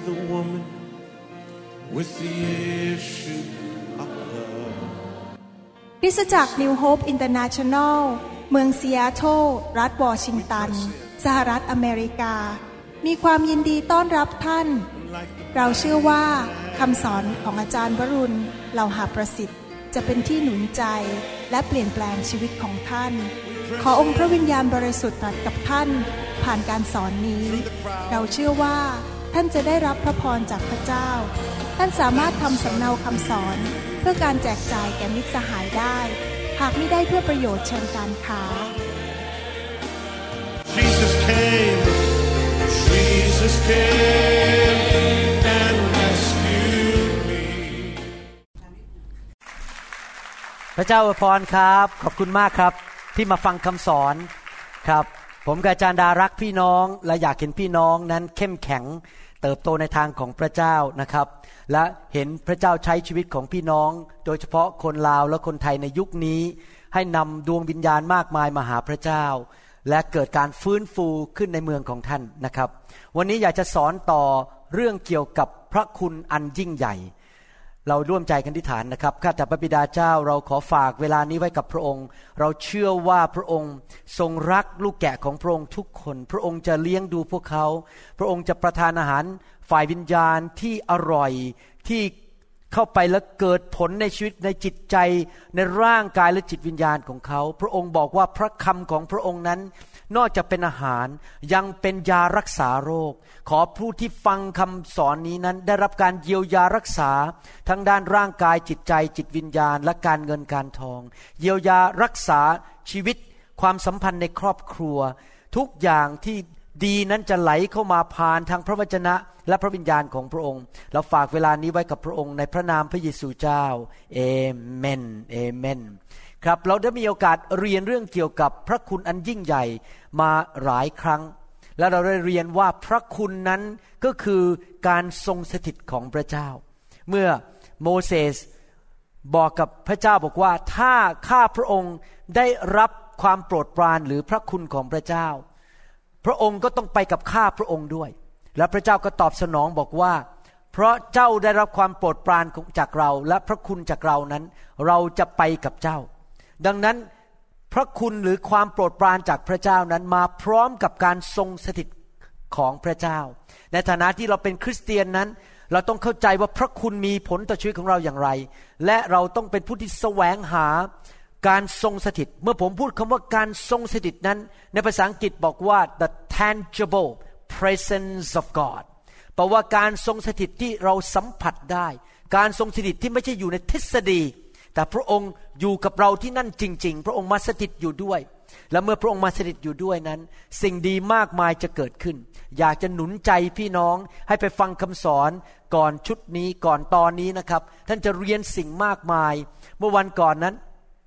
the woman with the issue of blood คริสตจักร New Hope International เมืองซีแอตเทิลรัฐวอชิงตันสหรัฐอเมริกามีความยินดีต้อนรับท่านเราเชื่อว่าคำสอนของอาจารย์วรุณ เหล่าหาประสิทธิ์จะเป็นที่หนุนใจและเปลี่ยนแปลงชีวิตของท่านขอองค์พระวิญญาณบริสุทธิ์ตรัสกับท่านผ่านการสอนนี้เราเชื่อว่าท่านจะได้รับพระพรจากพระเจ้าท่านสามารถทำสำเนาคำสอนเพื่อการแจกจ่ายแก่มิตรสหายได้หากไม่ได้เพื่อประโยชน์เชิงการค้า Jesus came and rescued me พระเจ้าอวยพรครับขอบคุณมากครับที่มาฟังคำสอนครับผมกับอาจารย์ดารักพี่น้องและอยากเห็นพี่น้องนั้นเข้มแข็งเติบโตในทางของพระเจ้านะครับและเห็นพระเจ้าใช้ชีวิตของพี่น้องโดยเฉพาะคนลาวและคนไทยในยุคนี้ให้นำดวงวิญญาณมากมายมาหาพระเจ้าและเกิดการฟื้นฟูขึ้นในเมืองของท่านนะครับวันนี้อยากจะสอนต่อเรื่องเกี่ยวกับพระคุณอันยิ่งใหญ่เราร่วมใจกันอธิษฐานนะครับข้าแต่พระบิดาเจ้าเราขอฝากเวลานี้ไว้กับพระองค์เราเชื่อว่าพระองค์ทรงรักลูกแกะของพระองค์ทุกคนพระองค์จะเลี้ยงดูพวกเขาพระองค์จะประทานอาหารฝ่ายวิญญาณที่อร่อยที่เข้าไปแล้วเกิดผลในชีวิตในจิตใจในร่างกายและจิตวิญญาณของเขาพระองค์บอกว่าพระคำของพระองค์นั้นนอกจากเป็นอาหารยังเป็นยารักษาโรคขอผู้ที่ฟังคำสอนนี้นั้นได้รับการเยียวยารักษาทั้งด้านร่างกายจิตใจจิตวิญญาณและการเงินการทองเยียวยารักษาชีวิตความสัมพันธ์ในครอบครัวทุกอย่างที่ดีนั้นจะไหลเข้ามาผ่านทางพระวจนะและพระวิญญาณของพระองค์เราฝากเวลานี้ไว้กับพระองค์ในพระนามพระเยซูเจ้าเอเมนเอเมนครับเราได้มีโอกาสเรียนเรื่องเกี่ยวกับพระคุณอันยิ่งใหญ่มาหลายครั้งและเราได้เรียนว่าพระคุณนั้นก็คือการทรงสถิตของพระเจ้าเมื่อโมเสสบอกกับพระเจ้าบอกว่าถ้าข้าพระองค์ได้รับความโปรดปรานหรือพระคุณของพระเจ้าพระองค์ก็ต้องไปกับข้าพระองค์ด้วยและพระเจ้าก็ตอบสนองบอกว่าเพราะเจ้าได้รับความโปรดปรานจากเราและพระคุณจากเรานั้นเราจะไปกับเจ้าดังนั้นพระคุณหรือความโปรดปรานจากพระเจ้านั้นมาพร้อมกับการทรงสถิตของพระเจ้าในฐานะที่เราเป็นคริสเตียนนั้นเราต้องเข้าใจว่าพระคุณมีผลต่อชีวิตของเราอย่างไรและเราต้องเป็นผู้ที่แสวงหาการทรงสถิตเมื่อผมพูดคำว่าการทรงสถิตนั้นในภาษาอังกฤษบอกว่า the tangible presence of God แปลว่าการทรงสถิตที่เราสัมผัสได้การทรงสถิตที่ไม่ใช่อยู่ในทฤษฎีแต่พระองค์อยู่กับเราที่นั่นจริงๆพระองค์มาสถิตอยู่ด้วยและเมื่อพระองค์มาสถิตอยู่ด้วยนั้นสิ่งดีมากมายจะเกิดขึ้นอยากจะหนุนใจพี่น้องให้ไปฟังคำสอนก่อนชุดนี้ก่อนตอนนี้นะครับท่านจะเรียนสิ่งมากมายเมื่อวันก่อนนั้น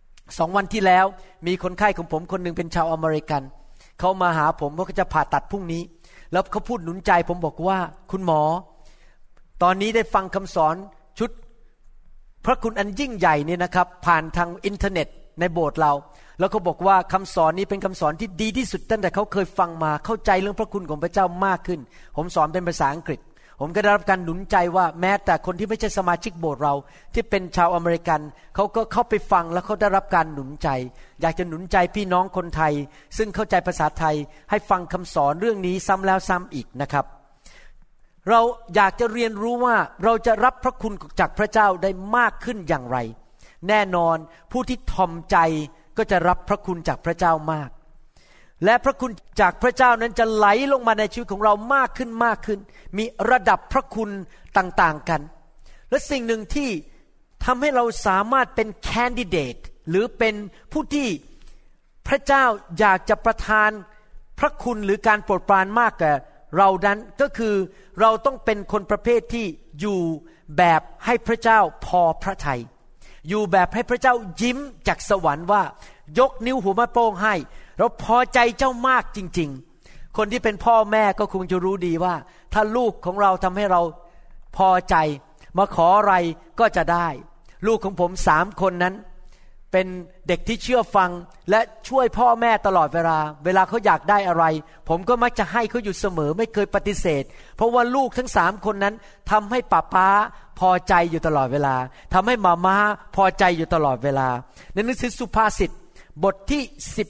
2 วันที่แล้วมีคนไข้ของผมคนนึงเป็นชาวอเมริกันเขามาหาผมเพราะเขาจะผ่าตัดพรุ่งนี้แล้วเขาพูดหนุนใจผมบอกว่าคุณหมอตอนนี้ได้ฟังคำสอนชุดพระคุณอันยิ่งใหญ่เนี่ยนะครับผ่านทางอินเทอร์เน็ตในโบสถ์เราแล้วเขาบอกว่าคำสอนนี้เป็นคำสอนที่ดีที่สุดตั้งแต่เขาเคยฟังมาเข้าใจเรื่องพระคุณของพระเจ้ามากขึ้นผมสอนเป็นภาษาอังกฤษผมก็ได้รับการหนุนใจว่าแม้แต่คนที่ไม่ใช่สมาชิกโบสถ์เราที่เป็นชาวอเมริกันเขาก็เข้าไปฟังแล้วเขาได้รับการหนุนใจอยากจะหนุนใจพี่น้องคนไทยซึ่งเข้าใจภาษาไทยให้ฟังคำสอนเรื่องนี้ซ้ำแล้วซ้ำอีกนะครับเราอยากจะเรียนรู้ว่าเราจะรับพระคุณจากพระเจ้าได้มากขึ้นอย่างไรแน่นอนผู้ที่ถ่อมใจก็จะรับพระคุณจากพระเจ้ามากและพระคุณจากพระเจ้านั้นจะไหลลงมาในชีวิตของเรามากขึ้นมากขึ้นมีระดับพระคุณต่างๆกันและสิ่งหนึ่งที่ทำให้เราสามารถเป็นแคนดิเดตหรือเป็นผู้ที่พระเจ้าอยากจะประทานพระคุณหรือการโปรดปรานมากแก่เรานั้นก็คือเราต้องเป็นคนประเภทที่อยู่แบบให้พระเจ้าพอพระทัยอยู่แบบให้พระเจ้ายิ้มจากสวรรค์ว่ายกนิ้วหัวแม่โป้งให้เราพอใจเจ้ามากจริงๆคนที่เป็นพ่อแม่ก็คงจะรู้ดีว่าถ้าลูกของเราทำให้เราพอใจมาขออะไรก็จะได้ลูกของผม3 คนนั้นเป็นเด็กที่เชื่อฟังและช่วยพ่อแม่ตลอดเวลาเขาอยากได้อะไรผมก็มักจะให้เขาอยู่เสมอไม่เคยปฏิเสธเพราะว่าลูกทั้ง3คนนั้นทำให้ป๊าพอใจอยู่ตลอดเวลาทำให้ม่าพอใจอยู่ตลอดเวลาในหนังสือสุภาษิตบทที่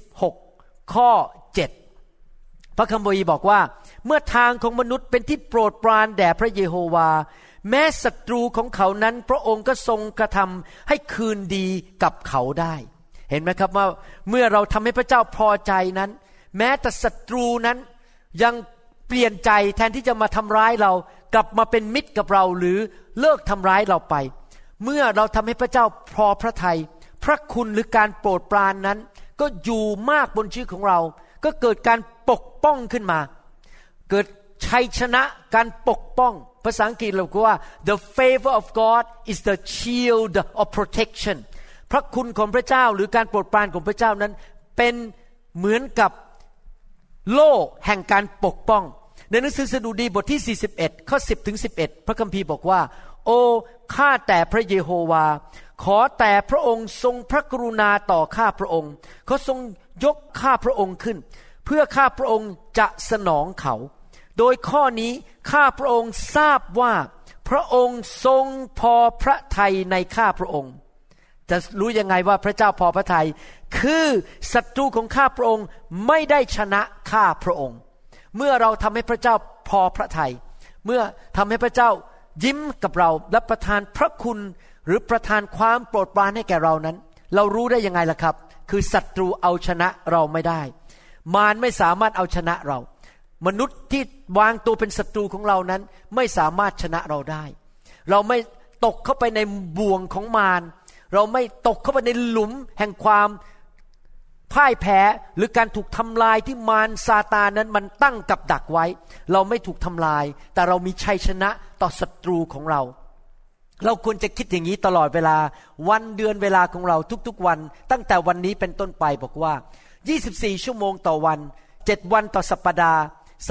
16ข้อ7พระคัมภีร์บอกว่าเมื่อทางของมนุษย์เป็นที่โปรดปรานแด่พระเยโฮวาแม้ศัตรูของเขานั้นพระองค์ก็ทรงกระทำให้คืนดีกับเขาได้เห็นไหมครับว่าเมื่อเราทำให้พระเจ้าพอใจนั้นแม้แต่ศัตรูนั้นยังเปลี่ยนใจแทนที่จะมาทำร้ายเรากลับมาเป็นมิตรกับเราหรือเลิกทำร้ายเราไปเมื่อเราทำให้พระเจ้าพอพระทัยพระคุณหรือการโปรดปรานนั้นก็อยู่มากบนชีวิตของเราก็เกิดการปกป้องขึ้นมาเกิดชัยชนะการปกป้องภาษาอังกฤษเราบอกว่า the favor of God is the shield of protection พระคุณของพระเจ้าหรือการโปรดปรานของพระเจ้านั้นเป็นเหมือนกับโล่แห่งการปกป้องในหนังสือสดุดีบทที่41ข้อ10ถึง11พระคัมภีร์บอกว่าโอ้ข้าแต่พระเยโฮวาขอแต่พระองค์ทรงพระกรุณาต่อข้าพระองค์เขาทรงยกข้าพระองค์ขึ้นเพื่อข้าพระองค์จะสนองเขาโดยข้อนี้ข้าพระองค์ทราบว่าพระองค์ทรงพอพระทัยในข้าพระองค์จะรู้ยังไงว่าพระเจ้าพอพระทัยคือศัตรูของข้าพระองค์ไม่ได้ชนะข้าพระองค์เมื่อเราทำให้พระเจ้าพอพระทัยเมื่อทำให้พระเจ้ายิ้มกับเราและประทานพระคุณหรือประทานความโปรดปรานให้แก่เรานั้นเรารู้ได้ยังไงล่ะครับคือศัตรูเอาชนะเราไม่ได้มารไม่สามารถเอาชนะเรามนุษย์ที่วางตัวเป็นศัตรูของเรานั้นไม่สามารถชนะเราได้เราไม่ตกเข้าไปในบ่วงของมารเราไม่ตกเข้าไปในหลุมแห่งความพ่ายแพ้หรือการถูกทำลายที่มารซาตานนั้นมันตั้งกับดักไว้เราไม่ถูกทำลายแต่เรามีชัยชนะต่อศัตรูของเราเราควรจะคิดอย่างนี้ตลอดเวลาวันเดือนเวลาของเราทุกๆวันตั้งแต่วันนี้เป็นต้นไปบอกว่า24ชั่วโมงต่อวัน7วันต่อสัปดาห์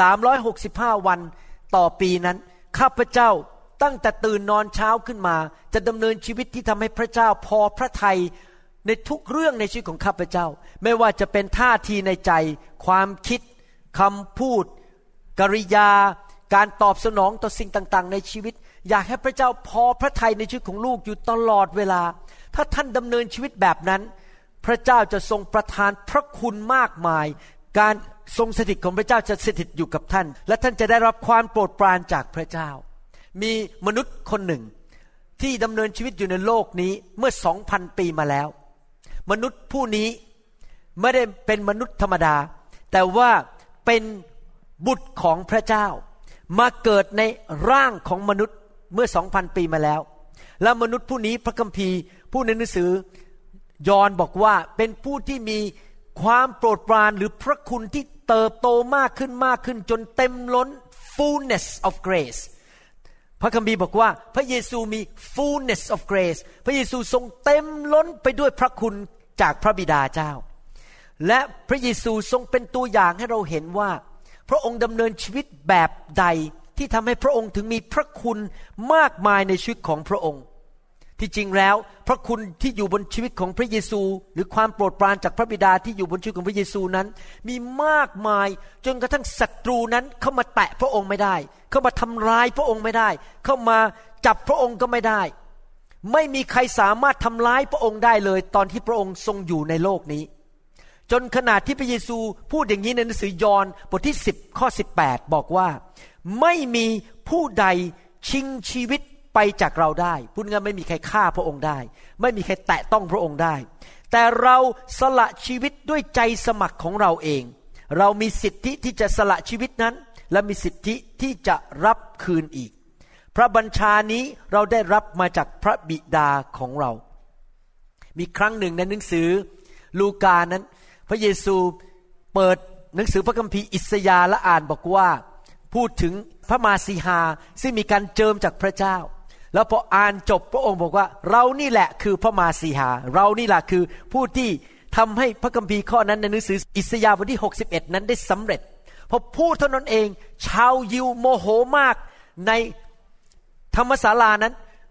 365วันต่อปีนั้นข้าพเจ้าตั้งแต่ตื่นนอนเช้าขึ้นมาจะดำเนินชีวิตที่ทำให้พระเจ้าพอพระทัยในทุกเรื่องในชีวิตของข้าพเจ้าไม่ว่าจะเป็นท่าทีในใจความคิดคำพูดกริยาการตอบสนองต่อสิ่งต่างๆในชีวิตอยากให้พระเจ้าพอพระทัยในชีวิตของลูกอยู่ตลอดเวลาถ้าท่านดำเนินชีวิตแบบนั้นพระเจ้าจะทรงประทานพระคุณมากมายการทรงสถิตของพระเจ้าจะสถิตอยู่กับท่านและท่านจะได้รับความโปรดปรานจากพระเจ้ามีมนุษย์คนหนึ่งที่ดำเนินชีวิตอยู่ในโลกนี้เมื่อ 2,000 ปีมาแล้วมนุษย์ผู้นี้ไม่ได้เป็นมนุษย์ธรรมดาแต่ว่าเป็นบุตรของพระเจ้ามาเกิดในร่างของมนุษย์เมื่อ 2,000 ปีมาแล้วและมนุษย์ผู้นี้พระคัมภีร์ผู้ในหนังสือยอห์นบอกว่าเป็นผู้ที่มีความโปรดปรานหรือพระคุณที่เติบโตมากขึ้นจนเต็มล้น fullness of grace พระคัมภีร์บอกว่าพระเยซูมี fullness of grace พระเยซูทรงเต็มล้นไปด้วยพระคุณจากพระบิดาเจ้าและพระเยซูทรงเป็นตัวอย่างให้เราเห็นว่าพระองค์ดำเนินชีวิตแบบใดที่ทำให้พระองค์ถึงมีพระคุณมากมายในชีวิตของพระองค์ที่จริงแล้วพระคุณที่อยู่บนชีวิตของพระเยซูหรือความโปรดปรานจากพระบิดาที่อยู่บนชีวิตของพระเยซูนั้นมีมากมายจนกระทั่งศัตรูนั้นเข้ามาแตะพระองค์ไม่ได้เข้ามาทำร้ายพระองค์ไม่ได้เข้ามาจับพระองค์ก็ไม่ได้ไม่มีใครสามารถทำร้ายพระองค์ได้เลยตอนที่พระองค์ทรงอยู่ในโลกนี้จนขนาดที่พระเยซูพูดอย่างนี้ในหนังสือยอห์นบทที่10ข้อ18บอกว่าไม่มีผู้ใดชิงชีวิตไปจากเราได้พูดง่ายไม่มีใครฆ่าพระองค์ได้ไม่มีใครแตะต้องพระองค์ได้แต่เราสละชีวิตด้วยใจสมัครของเราเองเรามีสิทธิที่จะสละชีวิตนั้นและมีสิทธิที่จะรับคืนอีกพระบัญชานี้เราได้รับมาจากพระบิดาของเรามีครั้งหนึ่งในหนังสือลูกานั้นพระเยซูเปิดหนังสือพระคัมภีร์อิสยาห์และอ่านบอกว่าพูดถึงพระมาสีหาซึ่งมีการเจิมจากพระเจ้าแล้วพออ่านจบพระองค์บอกว่าเรานี่แหละคือพระมาสีหาเรานี่แหละคือผู้ที่ทำให้พระคัมภีร์ข้อนั้นในหนังสืออิสยาห์บทที่61นั้นได้สำเร็จพอพูดเท่านั้นเองชาวยิวโมโหมากในธรรมศาลานั้น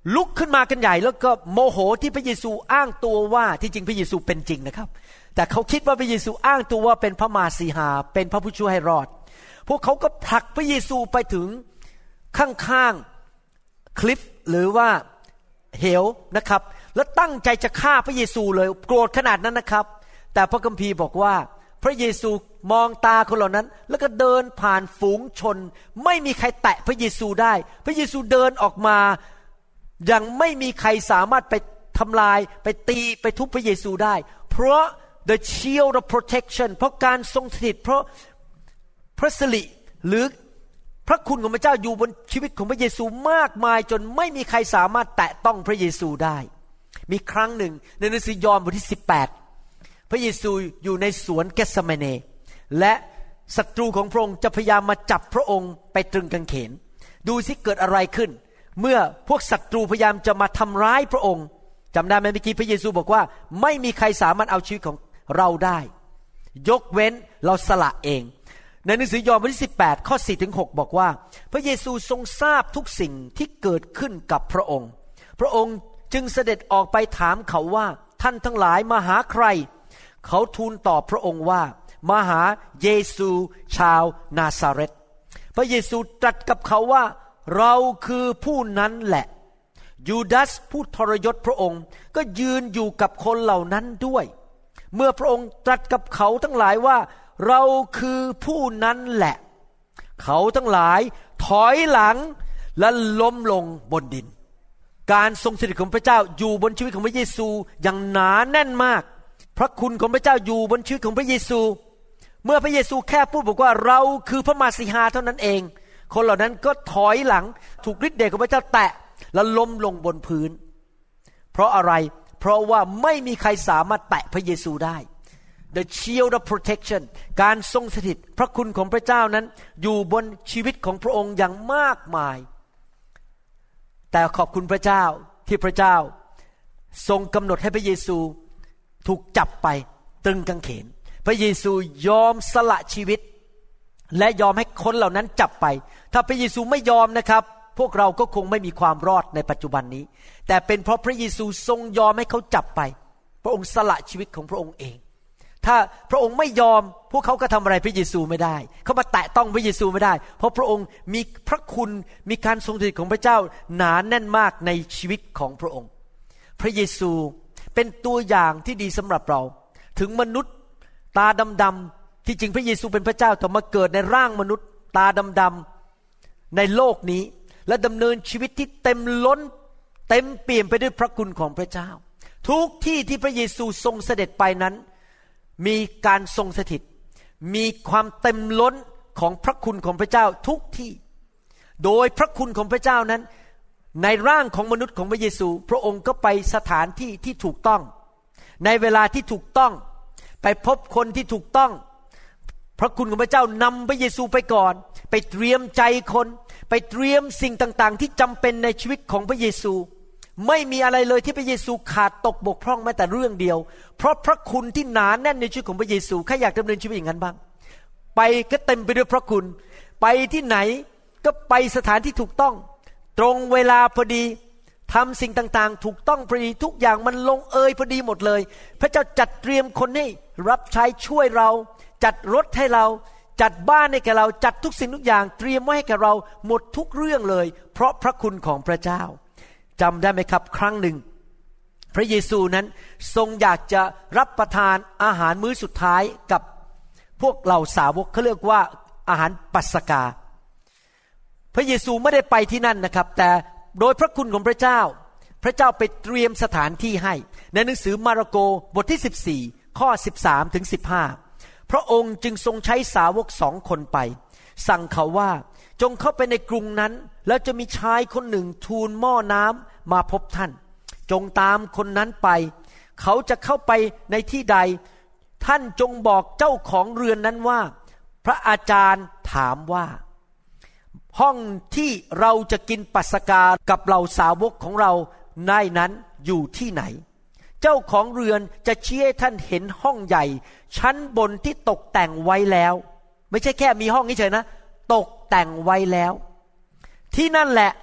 ลุกขึ้นมากันใหญ่แล้วก็โมโหที่พระเยซูอ้างตัวว่าที่จริงพระเยซูเป็นจริงนะครับแต่เขาคิดว่าพระเยซูอ้างตัวว่าเป็นพระมาสีหาเป็นพระผู้ช่วยให้รอดพวกเขาก็ผลักพระเยซูไปถึงข้างๆคลิฟหรือว่าเหวนะครับแล้วตั้งใจจะฆ่าพระเยซูเลยโกรธขนาดนั้นนะครับแต่พระคัมภีร์บอกว่าพระเยซูมองตาคนเหล่านั้นแล้วก็เดินผ่านฝูงชนไม่มีใครแตะพระเยซูได้พระเยซูเดินออกมายังไม่มีใครสามารถไปทำลายไปตีไปทุบพระเยซูได้เพราะ the shield of protection เพราะการทรงสถิตเพราะพระสิริหรือพระคุณของพระเจ้าอยู่บนชีวิตของพระเยซูมากมายจนไม่มีใครสามารถแตะต้องพระเยซูได้มีครั้งหนึ่งในหนังสือยอห์นบทที่18พระเยซูอยู่ในสวนเกสเมเนและศัตรูของพระองค์จะพยายามมาจับพระองค์ไปตรึงกางเขนดูสิเกิดอะไรขึ้นเมื่อพวกศัตรูพยายามจะมาทำร้ายพระองค์จำได้ไหมเมื่อกี้พระเยซูบอกว่าไม่มีใครสามารถเอาชีวิตของเราได้ยกเว้นเราสละเองในหนังสือยอห์นบทที่18ข้อ4ถึง6บอกว่าพระเยซูทรงทราบทุกสิ่งที่เกิดขึ้นกับพระองค์พระองค์จึงเสด็จออกไปถามเขาว่าท่านทั้งหลายมาหาใครเขาทูลตอบพระองค์ว่ามาหาเยซูชาวนาซาเรตพระเยซูตรัสกับเขาว่าเราคือผู้นั้นแหละยูดาสผู้ทรยศพระองค์ก็ยืนอยู่กับคนเหล่านั้นด้วยเมื่อพระองค์ตรัสกับเขาทั้งหลายว่าเราคือผู้นั้นแหละเขาทั้งหลายถอยหลังและล้มลงบนดินการทรงสถิตของพระเจ้าอยู่บนชีวิตของพระเยซูอย่างหนาแน่นมากพระคุณของพระเจ้าอยู่บนชีวิตของพระเยซูเมื่อพระเยซูแค่พูดบอกว่าเราคือพระมาสีหาเท่านั้นเองคนเหล่านั้นก็ถอยหลังถูกฤทธิ์เดชของพระเจ้าแตะแล้วล้มลงบนพื้นเพราะอะไรเพราะว่าไม่มีใครสามารถแตะพระเยซูได้ The shield of protection การทรงสถิตพระคุณของพระเจ้านั้นอยู่บนชีวิตของพระองค์อย่างมากมายแต่ขอบคุณพระเจ้าที่พระเจ้าทรงกำหนดให้พระเยซูถูกจับไปตรึงกางเขนพระเยซูยอมสละชีวิตและยอมให้คนเหล่านั้นจับไปถ้าพระเยซูไม่ยอมนะครับพวกเราก็คงไม่มีความรอดในปัจจุบันนี้แต่เป็นเพราะพระเยซูทรงยอมให้เขาจับไปพระองค์สละชีวิตของพระองค์เองถ้าพระองค์ไม่ยอมพวกเขาก็ทำอะไรพระเยซูไม่ได้เขามาแตะต้องพระเยซูไม่ได้เพราะพระองค์มีพระคุณมีการทรงสถิตของพระเจ้าหนาแน่นมากในชีวิตของพระองค์พระเยซูเป็นตัวอย่างที่ดีสำหรับเราถึงมนุษย์ตาดำๆที่จริงพระเยซูเป็นพระเจ้าแต่มาเกิดในร่างมนุษย์ตาดำๆในโลกนี้และดำเนินชีวิตที่เต็มล้นเต็มเปี่ยมไปด้วยพระคุณของพระเจ้าทุกที่ที่พระเยซูทรงเสด็จไปนั้นมีการทรงสถิตมีความเต็มล้นของพระคุณของพระเจ้าทุกที่โดยพระคุณของพระเจ้านั้นในร่างของมนุษย์ของพระเยซูพระองค์ก็ไปสถานที่ที่ถูกต้องในเวลาที่ถูกต้องไปพบคนที่ถูกต้องพระคุณของพระเจ้านำพระเยซูไปก่อนไปเตรียมใจคนไปเตรียมสิ่งต่างๆที่จำเป็นในชีวิตของพระเยซูไม่มีอะไรเลยที่พระเยซูขาดตกบกพร่องแม้แต่เรื่องเดียวเพราะพระคุณที่หนาแน่นในชีวิตของพระเยซูใครอยากดำเนินชีวิตอย่างนั้นบ้างไปก็เต็มไปด้วยพระคุณไปที่ไหนก็ไปสถานที่ถูกต้องตรงเวลาพอดีทำสิ่งต่างๆถูกต้องพอดีทุกอย่างมันลงเอยพอดีหมดเลยพระเจ้าจัดเตรียมคนให้รับใช้ช่วยเราจัดรถให้เราจัดบ้านให้แก่เราจัดทุกสิ่งทุกอย่างเตรียมไว้ให้แก่เราหมดทุกเรื่องเลยเพราะพระคุณของพระเจ้าจำได้ไหมครับครั้งหนึ่งพระเยซูนั้นทรงอยากจะรับประทานอาหารมื้อสุดท้ายกับพวกเหล่าสาวกเขาเรียกว่าอาหารปัสกาพระเยซูไม่ได้ไปที่นั่นนะครับแต่โดยพระคุณของพระเจ้าพระเจ้าไปเตรียมสถานที่ให้ในหนังสือมาระโกบทที่14ข้อ13ถึง15พระองค์จึงทรงใช้สาวก2 คนไปสั่งเขาว่าจงเข้าไปในกรุงนั้นแล้วจะมีชายคนหนึ่งทูลหม้อน้ำมาพบท่านจงตามคนนั้นไปเขาจะเข้าไปในที่ใดท่านจงบอกเจ้าของเรือนนั้นว่าพระอาจารย์ถามว่าห้องที่เราจะกินปัสกากับเหล่าสาวกของเราในนั้นอยู่ที่ไหนเจ้าของเรือนจะชี้ให้ท่านเห็นห้องใหญ่ชั้นบนที่ตกแต่งไว้แล้วไม่ใช่แค่มีห้องเฉยๆนะตกแต่งไว้แล้วที่นั่นแหละ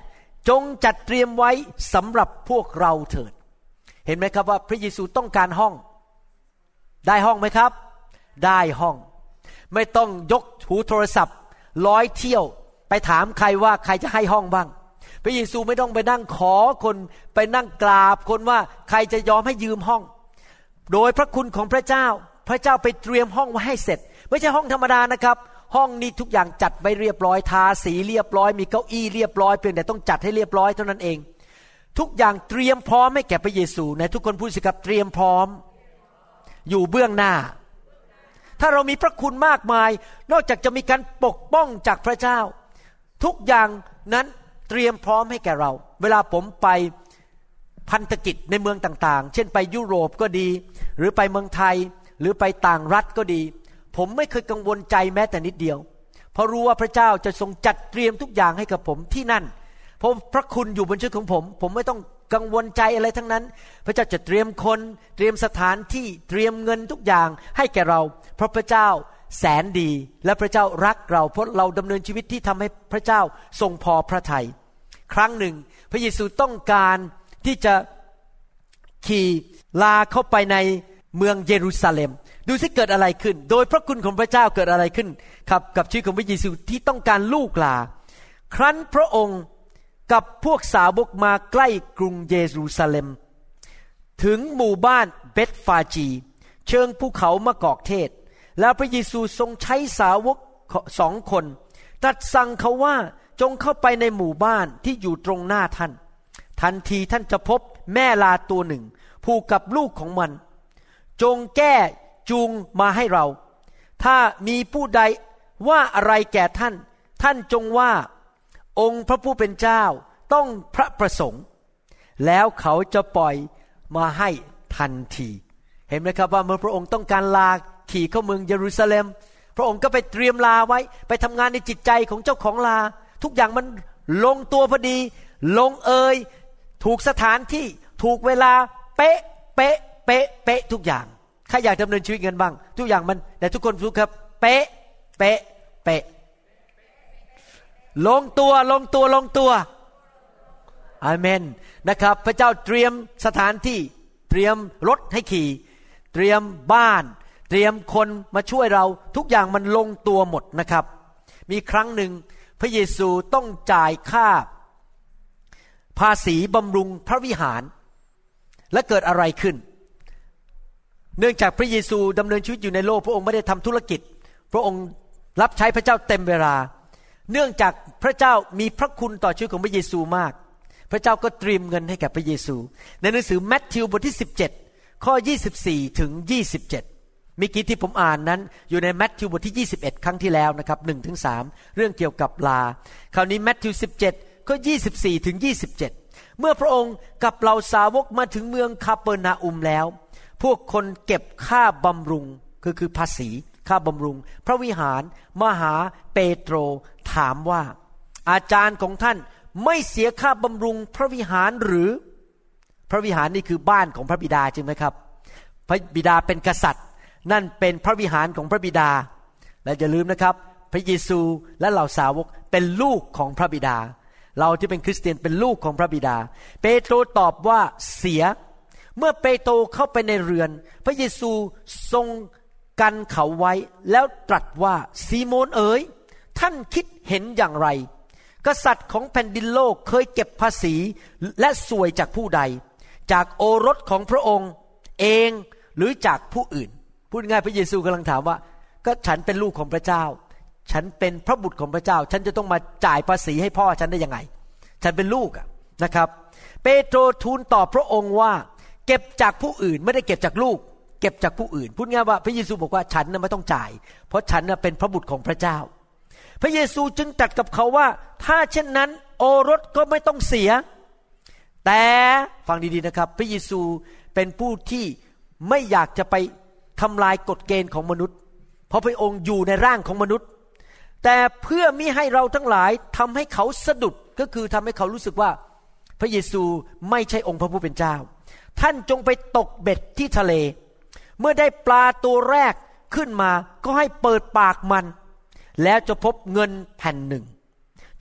จงจัดเตรียมไว้สำหรับพวกเราเถิดเห็นไหมครับว่าพระเยซูต้องการห้องได้ห้องไหมครับได้ห้องไม่ต้องยกหูโทรศัพท์100เที่ยวไปถามใครว่าใครจะให้ห้องบ้างพระเยซูไม่ต้องไปนั่งขอคนไปนั่งกราบคนว่าใครจะยอมให้ยืมห้องโดยพระคุณของพระเจ้าพระเจ้าไปเตรียมห้องไว้ให้เสร็จไม่ใช่ห้องธรรมดานะครับห้องนี้ทุกอย่างจัดไว้เรียบร้อยทาสีเรียบร้อยมีเก้าอี้เรียบร้อยเพียงแต่ต้องจัดให้เรียบร้อยเท่านั้นเองทุกอย่างเตรียมพร้อมให้แก่พระเยซูในทุกคนพูดสิครับเตรียมพร้อมอยู่เบื้องหน้าถ้าเรามีพระคุณมากมายนอกจากจะมีการปกป้องจากพระเจ้าทุกอย่างนั้นเตรียมพร้อมให้แก่เราเวลาผมไปพันธกิจในเมืองต่างๆเช่นไปยุโรปก็ดีหรือไปเมืองไทยหรือไปต่างรัฐก็ดีผมไม่เคยกังวลใจแม้แต่นิดเดียวเพราะรู้ว่าพระเจ้าจะทรงจัดเตรียมทุกอย่างให้กับผมที่นั่นเพราะพระคุณอยู่บนชีวิตของผมไม่ต้องกังวลใจอะไรทั้งนั้นพระเจ้าจะเตรียมคนเตรียมสถานที่เตรียมเงินทุกอย่างให้แก่เราเพราะพระเจ้าแสนดีและพระเจ้ารักเราเพราะเราดำเนินชีวิตที่ทำให้พระเจ้าทรงพอพระทัยครั้งหนึ่งพระเยซูต้องการที่จะขี่ลาเข้าไปในเมืองเยรูซาเล็มดูสิเกิดอะไรขึ้นโดยพระคุณของพระเจ้าเกิดอะไรขึ้นครับกับชีวิตของพระเยซูที่ต้องการลูกลาครั้นพระองค์กับพวกสาวกมาใกล้กรุงเยรูซาเล็มถึงหมู่บ้านเบธฟาจีเชิงภูเขามะกอกเทศแล้วพระเยซูทรงใช้สาวก2 คนตรัสสั่งเขาว่าจงเข้าไปในหมู่บ้านที่อยู่ตรงหน้าท่านทันทีท่านจะพบแม่ลาตัวหนึ่งผูกกับลูกของมันจงแก้จูงมาให้เราถ้ามีผู้ใดว่าอะไรแก่ท่านท่านจงว่าองค์พระผู้เป็นเจ้าต้องพระประสงค์แล้วเขาจะปล่อยมาให้ทันทีเห็นไหมครับว่าเมื่อพระองค์ต้องการลาขี่เข้าเมืองเยรูซาเล็มพระองค์ก็ไปเตรียมลาไว้ไปทำงานในจิตใจของเจ้าของลาทุกอย่างมันลงตัวพอดีลงเอยถูกสถานที่ถูกเวลาเป๊ะเป๊ะเป๊ะเป๊ะทุกอย่างใครอยากดำเนินชีวิตกันบ้างทุกอย่างมันแต่ทุกคนรู้ครับเป๊ะเป๊ะเป๊ะลงตัวลงตัวลงตัวอาเมนนะครับพระเจ้าเตรียมสถานที่เตรียมรถให้ขี่เตรียมบ้านเตรียมคนมาช่วยเราทุกอย่างมันลงตัวหมดนะครับมีครั้งหนึ่งพระเยซูต้องจ่ายค่าภาษีบำรุงพระวิหารและเกิดอะไรขึ้นเนื่องจากพระเยซูดำเนินชีวิตอยู่ในโลกพระองค์ไม่ได้ทำธุรกิจพระองค์รับใช้พระเจ้าเต็มเวลาเนื่องจากพระเจ้ามีพระคุณต่อชีวิตของพระเยซูมากพระเจ้าก็เตรียมเงินให้แก่พระเยซูในหนังสือมัทธิวบทที่17ข้อ24ถึง27เมื่อกี้ที่ผมอ่านนั้นอยู่ในมัทธิวบทที่21ครั้งที่แล้วนะครับ 1-3 เรื่องเกี่ยวกับลาคราวนี้มัทธิว17ข้อ24ถึง27เมื่อพระองค์กับเหล่าสาวกมาถึงเมืองคาเปอร์นาอุมแล้วพวกคนเก็บค่าบำรุงคือภาษีค่าบำรุงพระวิหารมาหาเปโตรถามว่าอาจารย์ของท่านไม่เสียค่าบำรุงพระวิหารหรือพระวิหารนี่คือบ้านของพระบิดาจริงไหมครับพระบิดาเป็นกษัตริย์นั่นเป็นพระวิหารของพระบิดาและอย่าลืมนะครับพระเยซูและเหล่าสาวกเป็นลูกของพระบิดาเราที่เป็นคริสเตียนเป็นลูกของพระบิดาเปโตรตอบว่าเสียเมื่อเปโตรเข้าไปในเรือนพระเยซูทรงกันเขาไว้แล้วตรัสว่าซีโมนเอ๋ยท่านคิดเห็นอย่างไรกษัตริย์ของแผ่นดินโลกเคยเก็บภาษีและสวยจากผู้ใดจากโอรสของพระองค์เองหรือจากผู้อื่นพูดง่ายพระเยซูกำลังถามว่าก็ฉันเป็นลูกของพระเจ้าฉันเป็นพระบุตรของพระเจ้าฉันจะต้องมาจ่ายภาษีให้พ่อฉันได้ยังไงฉันเป็นลูกนะครับเปโตรทูลตอบพระองค์ว่าเก็บจากผู้อื่นไม่ได้เก็บจากลูกเก็บจากผู้อื่นพูดง่ายว่าพระเยซูบอกว่าฉันน่ะไม่ต้องจ่ายเพราะฉันน่ะเป็นพระบุตรของพระเจ้าพระเยซูจึงตรัสกับเขาว่าถ้าเช่นนั้นโอรสก็ไม่ต้องเสียแต่ฟังดีๆนะครับพระเยซูเป็นผู้ที่ไม่อยากจะไปทำลายกฎเกณฑ์ของมนุษย์เพราะพระองค์อยู่ในร่างของมนุษย์แต่เพื่อมิให้เราทั้งหลายทำให้เขาสะดุดก็คือทำให้เขารู้สึกว่าพระเยซูไม่ใช่องค์พระผู้เป็นเจ้าท่านจงไปตกเบ็ดที่ทะเลเมื่อได้ปลาตัวแรกขึ้นมาก็ให้เปิดปากมันแล้วจะพบเงินแผ่นหนึ่ง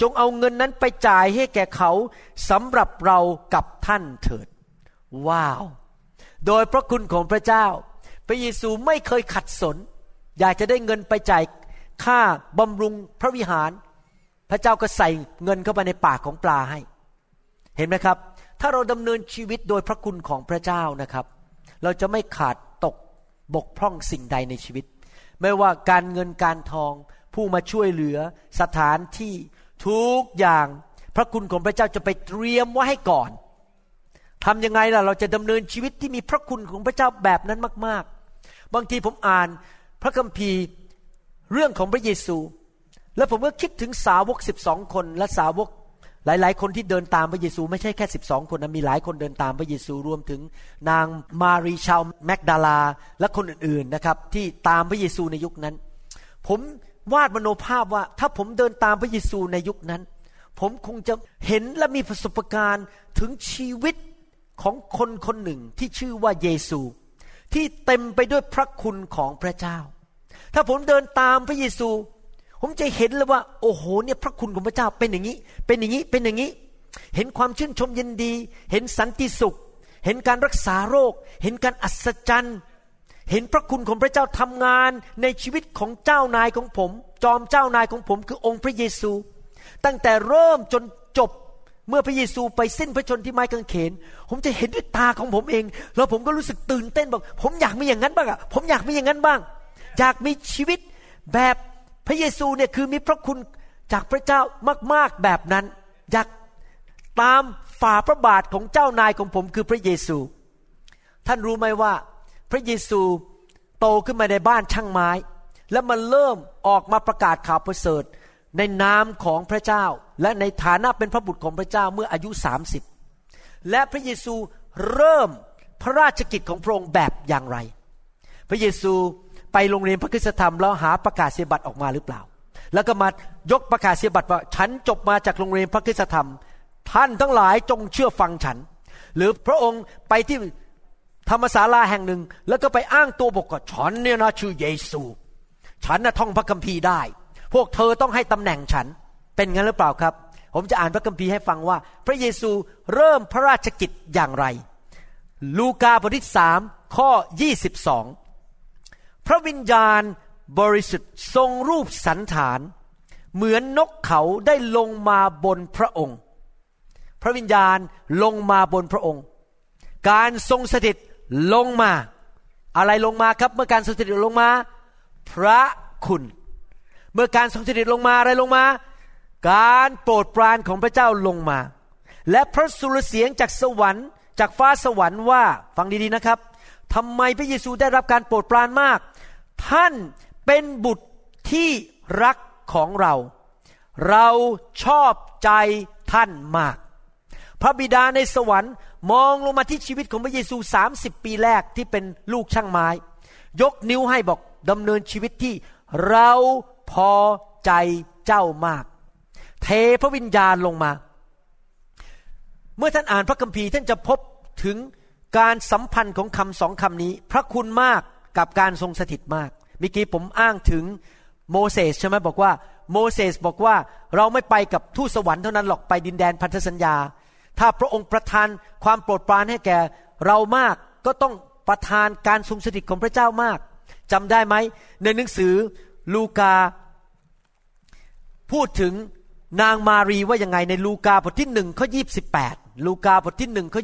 จงเอาเงินนั้นไปจ่ายให้แก่เขาสำหรับเรากับท่านเถิดว้าวโดยพระคุณของพระเจ้าพระเยซูไม่เคยขัดสนอยากจะได้เงินไปจ่ายค่าบำรุงพระวิหารพระเจ้าก็ใส่เงินเข้าไปในปากของปลาให้เห็นไหมครับถ้าเราดำเนินชีวิตโดยพระคุณของพระเจ้านะครับเราจะไม่ขาดตกบกพร่องสิ่งใดในชีวิตไม่ว่าการเงินการทองผู้มาช่วยเหลือสถานที่ทุกอย่างพระคุณของพระเจ้าจะไปเตรียมไว้ให้ก่อนทำยังไงล่ะเราจะดำเนินชีวิตที่มีพระคุณของพระเจ้าแบบนั้นมากๆบางทีผมอ่านพระคัมภีร์เรื่องของพระเยซูแล้วผมก็คิดถึงสาวก12คนและสาวกหลายๆคนที่เดินตามพระเยซูไม่ใช่แค่12คนนะมีหลายคนเดินตามพระเยซูรวมถึงนางมารีชาวแมกดาลาและคนอื่นๆนะครับที่ตามพระเยซูในยุคนั้นผมวาดมโนภาพว่าถ้าผมเดินตามพระเยซูในยุคนั้นผมคงจะเห็นและมีประสบการณ์ถึงชีวิตของคนคนหนึ่งที่ชื่อว่าเยซูที่เต็มไปด้วยพระคุณของพระเจ้าถ้าผมเดินตามพระเยซูผมจะเห็นเลยว่าโอ้โหเนี่ยพระคุณของพระเจ้าเป็นอย่างนี้เป็นอย่างนี้เป็นอย่างนี้เห็นความชื่นชมยินดีเห็นสันติสุขเห็นการรักษาโรคเห็นการอัศจรรย์เห็นพระคุณของพระเจ้าทำงานในชีวิตของเจ้านายของผมจอมเจ้านายของผมคือองค์พระเยซูตั้งแต่เริ่มจนจบเมื่อพระเยซูไปสิ้นพระชนม์ที่ไม้กางเขนผมจะเห็นด้วยตาของผมเองแล้วผมก็รู้สึกตื่นเต้นบอกผมอยากมีอย่างนั้นบ้างอ่ะผมอยากมีอย่างนั้นบ้างอยากมีชีวิตแบบพระเยซูเนี่ยคือมีพระคุณจากพระเจ้ามากๆแบบนั้นอยากตามฝ่าพระบาทของเจ้านายของผมคือพระเยซูท่านรู้ไหมว่าพระเยซูโตขึ้นมาในบ้านช่างไม้แล้วมันเริ่มออกมาประกาศข่าวประเสริฐในนามของพระเจ้าและในฐานะเป็นพระบุตรของพระเจ้าเมื่ออายุ30และพระเยซูเริ่มพระราชกิจของพระองค์แบบอย่างไรพระเยซูไปโรงเรียนพระคริสตธรรมแล้วหาประกาศนียบัตรออกมาหรือเปล่าแล้วก็มายกประกาศนียบัตรว่าฉันจบมาจากโรงเรียนพระคริสตธรรมท่านทั้งหลายจงเชื่อฟังฉันหรือพระองค์ไปที่ธรรมศาลาแห่งหนึ่งแล้วก็ไปอ้างตัวบอกว่าฉันเนี่ยนะชื่อเยซูฉันน่ะท่องพระคัมภีร์ได้พวกเธอต้องให้ตำแหน่งฉันเป็นงั้นหรือเปล่าครับผมจะอ่านพระคัมภีร์ให้ฟังว่าพระเยซูเริ่มพระราชกิจอย่างไรลูกาบทที่3ข้อ22พระวิญญาณบริสุทธิ์ทรงรูปสันฐานเหมือนนกเขาได้ลงมาบนพระองค์พระวิญญาณลงมาบนพระองค์การทรงสถิตลงมาอะไรลงมาครับเมื่อการทรงสถิตลงมาพระคุณเมื่อการทรงสถิตลงมาอะไรลงมาการโปรดปรานของพระเจ้าลงมาและพระสุรเสียงจากสวรรค์จากฟ้าสวรรค์ว่าฟังดีๆนะครับทำไมพระเยซูได้รับการโปรดปรานมากท่านเป็นบุตรที่รักของเราเราชอบใจท่านมากพระบิดาในสวรรค์มองลงมาที่ชีวิตของพระเยซู30ปีแรกที่เป็นลูกช่างไม้ยกนิ้วให้บอกดำเนินชีวิตที่เราพอใจเจ้ามากเทพระวิญญาณลงมาเมื่อท่านอ่านพระคัมภีร์ท่านจะพบถึงการสัมพันธ์ของคำสองคำนี้พระคุณมากกับการทรงสถิตมากเมื่อกี้ผมอ้างถึงโมเสสใช่ไหมบอกว่าโมเสสบอกว่าเราไม่ไปกับทูตสวรรค์เท่านั้นหรอกไปดินแดนพันธสัญญาถ้าพระองค์ประทานความโปรดปรานให้แก่เรามากก็ต้องประทานการทรงสถิตของพระเจ้ามากจำได้ไหมในหนังสือลูกาพูดถึงนางมารีว่ายังไงในลูกาบทที่1ข้อ28ลูกาบทที่1ข้อ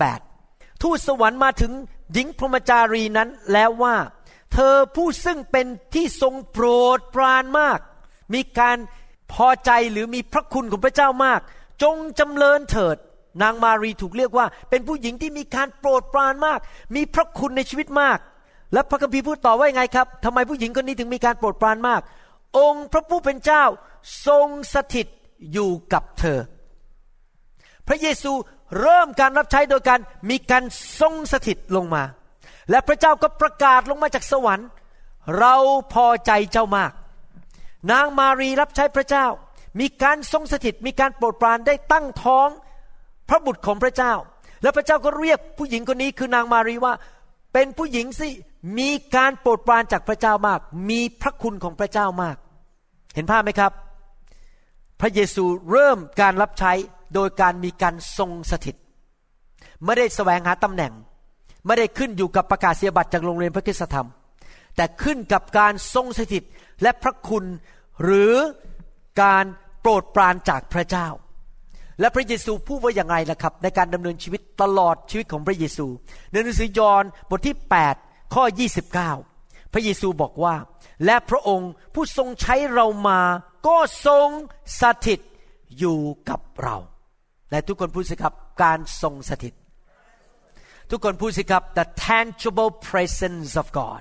28ทูตสวรรค์มาถึงหญิงพรหมจารีนั้นแล้วว่าเธอผู้ซึ่งเป็นที่ทรงโปรดปรานมากมีการพอใจหรือมีพระคุณของพระเจ้ามากจงจำเริญเถิดนางมารีถูกเรียกว่าเป็นผู้หญิงที่มีการโปรดปรานมากมีพระคุณในชีวิตมากและพระคัมภีร์พูดต่อว่ายังไงครับทำไมผู้หญิงคนนี้ถึงมีการโปรดปรานมากองค์พระผู้เป็นเจ้าทรงสถิตอยู่กับเธอพระเยซูเริ่มการรับใช้โดยการมีการทรงสถิตลงมาและพระเจ้าก็ประกาศลงมาจากสวรรค์เราพอใจเจ้ามากนางมารีรับใช้พระเจ้ามีการทรงสถิตมีการโปรดปรานได้ตั้งท้องพระบุตรของพระเจ้าและพระเจ้าก็เรียกผู้หญิงคนนี้คือนางมารีว่าเป็นผู้หญิงที่มีการโปรดปรานจากพระเจ้ามากมีพระคุณของพระเจ้ามากเห็นภาพไหมครับพระเยซูเริ่มการรับใช้โดยการมีการทรงสถิตไม่ได้แสวงหาตำแหน่งไม่ได้ขึ้นอยู่กับประกาศนียบัตรจากโรงเรียนพระคริสตธรรมแต่ขึ้นกับการทรงสถิตและพระคุณหรือการโปรดปรานจากพระเจ้าและพระเยซูพูดว่าอย่างไรล่ะครับในการดำเนินชีวิตตลอดชีวิตของพระเยซูในหนังสือยอห์นบทที่8ข้อ29พระเยซูบอกว่าและพระองค์ผู้ทรงใช้เรามาก็ทรงสถิตอยู่กับเราและทุกคนพูดสิครับการทรงสถิตทุกคนพูดสิครับ the tangible presence of God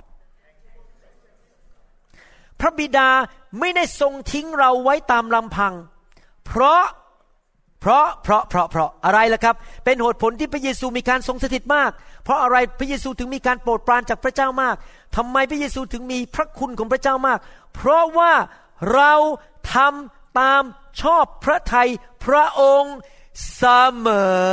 พระบิดาไม่ได้ทรงทิ้งเราไว้ตามลำพังเพราะอะไรล่ะครับเป็นเหตุผลที่พระเยซูมีการทรงสถิตมากเพราะอะไรพระเยซูถึงมีการโปรดปรานจากพระเจ้ามากทำไมพระเยซูถึงมีพระคุณของพระเจ้ามากเพราะว่าเราทำตามชอบพระทัยพระองค์เสม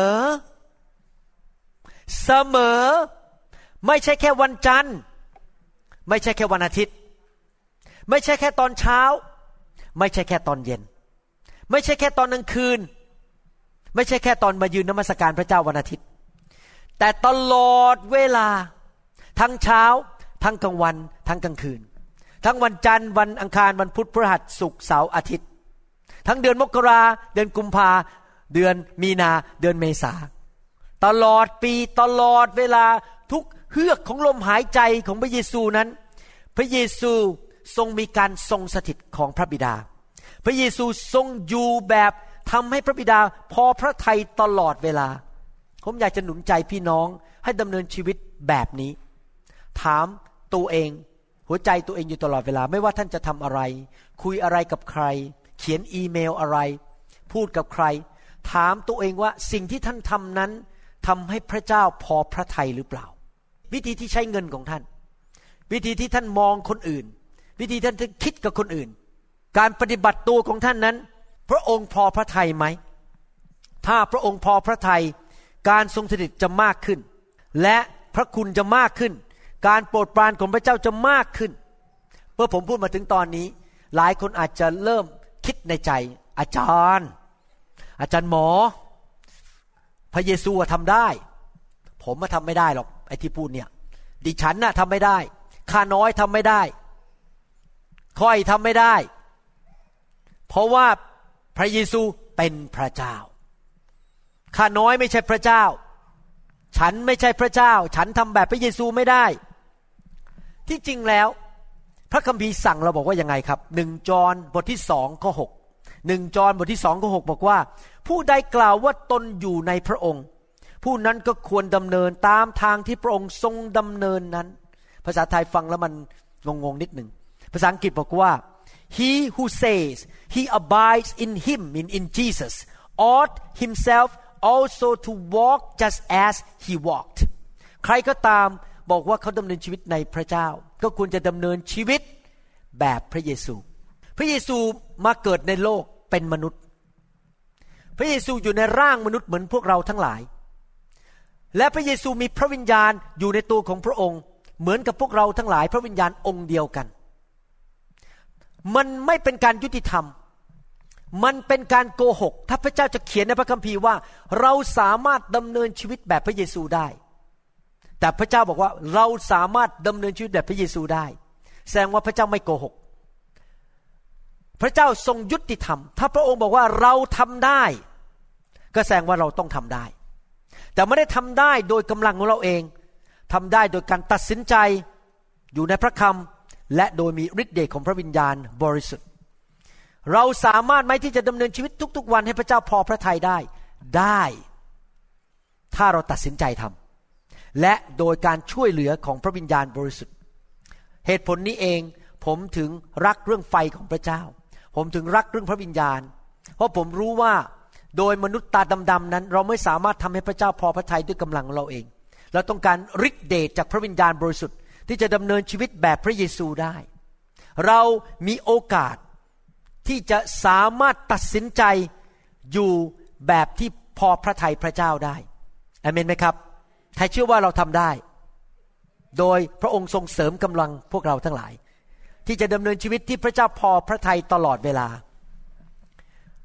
อไม่ใช่แค่วันจันทร์ไม่ใช่แค่วันอาทิตย์ไม่ใช่แค่ตอนเช้าไม่ใช่แค่ตอนเย็นไม่ใช่แค่ตอนกลางคืนไม่ใช่แค่ตอนมายืนนมัสการพระเจ้าวันอาทิตย์แต่ตลอดเวลาทั้งเช้าทั้งกลางวันทั้งกลางคืนทั้งวันจันทร์วันอังคารวันพุธพฤหัสศุกร์เสาร์อาทิตย์ทั้งเดือนมกราเดือนกุมภาเดือนมีนาเดือนเมษาตลอดปีตลอดเวลาทุกเฮือกของลมหายใจของพระเยซูนั้นพระเยซูทรงมีการทรงสถิตของพระบิดาพระเยซูทรงอยู่แบบทำให้พระบิดาพอพระทัยตลอดเวลาผมอยากจะหนุนใจพี่น้องให้ดำเนินชีวิตแบบนี้ถามตัวเองหัวใจตัวเองอยู่ตลอดเวลาไม่ว่าท่านจะทำอะไรคุยอะไรกับใครเขียนอีเมลอะไรพูดกับใครถามตัวเองว่าสิ่งที่ท่านทำนั้นทำให้พระเจ้าพอพระทัยหรือเปล่าวิธีที่ใช้เงินของท่านวิธีที่ท่านมองคนอื่นวิธีท่านคิดกับคนอื่นการปฏิบัติตัวของท่านนั้นพระองค์พอพระทัยไหมถ้าพระองค์พอพระทัยการทรงสถิตจะมากขึ้นและพระคุณจะมากขึ้นการโปรดปรานของพระเจ้าจะมากขึ้นเมื่อผมพูดมาถึงตอนนี้หลายคนอาจจะเริ่มคิดในใจอาจารย์หมอพระเยซูทำได้ผมทำไม่ได้หรอกไอ้ที่พูดเนี่ยดิฉันน่ะทำไม่ได้ข้าน้อยทำไม่ได้ค่อยทำไม่ได้เพราะว่าพระเยซูเป็นพระเจ้าข้าน้อยไม่ใช่พระเจ้าฉันไม่ใช่พระเจ้าฉันทำแบบพระเยซูไม่ได้ที่จริงแล้วพระคัมภีร์สั่งเราบอกว่ายังไงครับ1จอห์นบทที่2ข้อ6 1จอห์นบทที่2ข้อ6บอกว่าผู้ใดกล่าวว่าตนอยู่ในพระองค์ผู้นั้นก็ควรดำเนินตามทางที่พระองค์ทรงดำเนินนั้นภาษาไทยฟังแล้วมันงงๆนิดนึงภาษาอังกฤษบอกว่า He who says he abides in him in Jesus ought himself also to walk just as he walked ใครก็ตามบอกว่าเขาดำเนินชีวิตในพระเจ้าก็ควรจะดำเนินชีวิตแบบพระเยซูพระเยซูมาเกิดในโลกเป็นมนุษย์พระเยซูอยู่ในร่างมนุษย์เหมือนพวกเราทั้งหลายและพระเยซูมีพระวิญญาณอยู่ในตัวของพระองค์เหมือนกับพวกเราทั้งหลายพระวิญญาณองค์เดียวกันมันไม่เป็นการยุติธรรมมันเป็นการโกหกถ้าพระเจ้าจะเขียนในพระคัมภีร์ว่าเราสามารถดำเนินชีวิตแบบพระเยซูได้แต่พระเจ้าบอกว่าเราสามารถดำเนินชีวิตแบบพระเยซูได้แสดงว่าพระเจ้าไม่โกหกพระเจ้าทรงยุติธรรมถ้าพระองค์บอกว่าเราทำได้ก็แสดงว่าเราต้องทำได้แต่ไม่ได้ทำได้โดยกำลังของเราเองทำได้โดยการตัดสินใจอยู่ในพระคำและโดยมีฤทธิ์เดชของพระวิญญาณบริสุทธิ์เราสามารถไหมที่จะดำเนินชีวิตทุกๆวันให้พระเจ้าพอพระทัยได้ถ้าเราตัดสินใจทำและโดยการช่วยเหลือของพระวิญญาณบริสุทธิ์เหตุผลนี้เองผมถึงรักเรื่องไฟของพระเจ้าผมถึงรักเรื่องพระวิญญาณเพราะผมรู้ว่าโดยมนุษย์ตาดำๆนั้นเราไม่สามารถทำให้พระเจ้าพอพระทัยด้วยกำลังของเราเองเราต้องการฤทธิ์เดชจากพระวิญญาณบริสุทธิ์ที่จะดำเนินชีวิตแบบพระเยซูได้เรามีโอกาสที่จะสามารถตัดสินใจอยู่แบบที่พอพระทัยพระเจ้าได้อาเมนไหมครับใครเชื่อว่าเราทำได้โดยพระองค์ทรงเสริมกำลังพวกเราทั้งหลายที่จะดำเนินชีวิตที่พระเจ้าพอพระทัยตลอดเวลา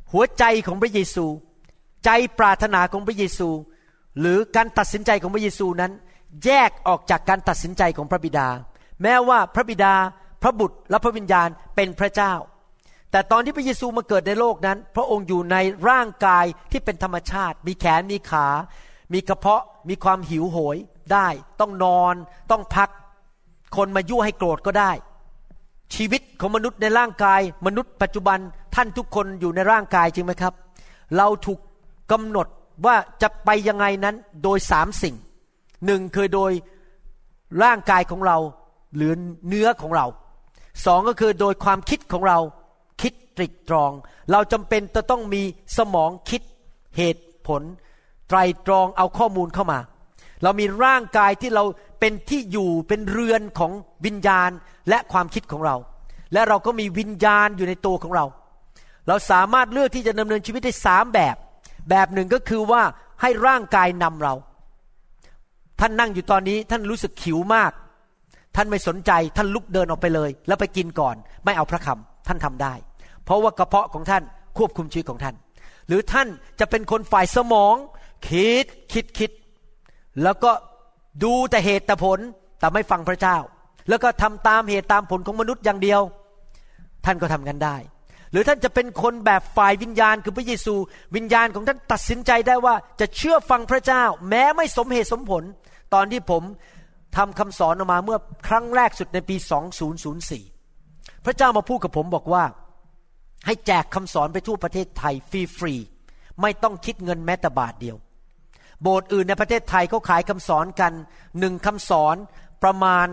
หัวใจของพระเยซูใจปรารถนาของพระเยซูหรือการตัดสินใจของพระเยซูนั้นแยกออกจากการตัดสินใจของพระบิดาแม้ว่าพระบิดาพระบุตรและพระวิญญาณเป็นพระเจ้าแต่ตอนที่พระเยซูมาเกิดในโลกนั้นพระองค์อยู่ในร่างกายที่เป็นธรรมชาติมีแขนมีขามีกระเพาะมีความหิวโหยได้ต้องนอนต้องพักคนมายั่วให้โกรธก็ได้ชีวิตของมนุษย์ในร่างกายมนุษย์ปัจจุบันท่านทุกคนอยู่ในร่างกายจริงไหมครับเราถูกกำหนดว่าจะไปยังไงนั้นโดย3 สิ่ง1คือโดยร่างกายของเราหรือเนื้อของเรา2ก็คือโดยความคิดของเราคิดตรึกตรองเราจำเป็นจะต้องมีสมองคิดเหตุผลไตรตรองเอาข้อมูลเข้ามาเรามีร่างกายที่เราเป็นที่อยู่เป็นเรือนของวิญญาณและความคิดของเราและเราก็มีวิญญาณอยู่ในตัวของเราเราสามารถเลือกที่จะดำเนินชีวิตได้3แบบหนึ่งก็คือว่าให้ร่างกายนำเราท่านนั่งอยู่ตอนนี้ท่านรู้สึกหิวมากท่านไม่สนใจท่านลุกเดินออกไปเลยแล้วไปกินก่อนไม่เอาพระคำท่านทำได้เพราะว่ากระเพาะของท่านควบคุมชีวิตของท่านหรือท่านจะเป็นคนฝ่ายสมองคิดแล้วก็ดูแต่เหตุแต่ผลแต่ไม่ฟังพระเจ้าแล้วก็ทำตามเหตุตามผลของมนุษย์อย่างเดียวท่านก็ทำกันได้หรือท่านจะเป็นคนแบบฝ่ายวิญญาณคือพระเยซูวิญญาณของท่านตัดสินใจได้ว่าจะเชื่อฟังพระเจ้าแม้ไม่สมเหตุสมผลตอนที่ผมทำคำสอนออกมาเมื่อครั้งแรกสุดในปี2004พระเจ้ามาพูดกับผมบอกว่าให้แจกคำสอนไปทั่วประเทศไทยฟรีๆไม่ต้องคิดเงินแม้แต่บาทเดียวโบสถ์อื่นในประเทศไทยเขาขายคำสอนกัน1คำสอนประมาณ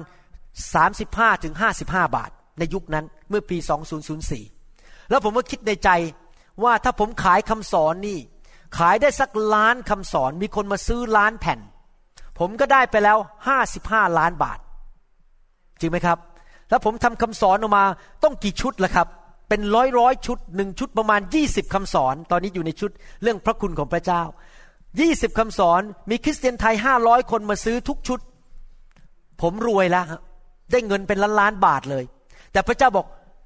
35-55 บาทในยุคนั้นเมื่อปี2004แล้วผมก็คิดในใจว่าถ้าผมขายคำสอนนี่ขายได้สักล้านคำสอนมีคนมาซื้อล้านแผ่นผมก็ได้ไปแล้ว55 ล้านบาทจริงไหมครับแล้วผมทำคำสอนออกมาต้องกี่ชุดล่ะครับเป็นร้อยชุด1ชุดประมาณ20คำสอนตอนนี้อยู่ในชุดเรื่องพระคุณของพระเจ้า20คำสอนมีคริสเตียนไทย500คนมาซื้อทุกชุดผมรวยแล้วได้เงินเป็นล้านบาทเลยแต่พระเจ้าบอก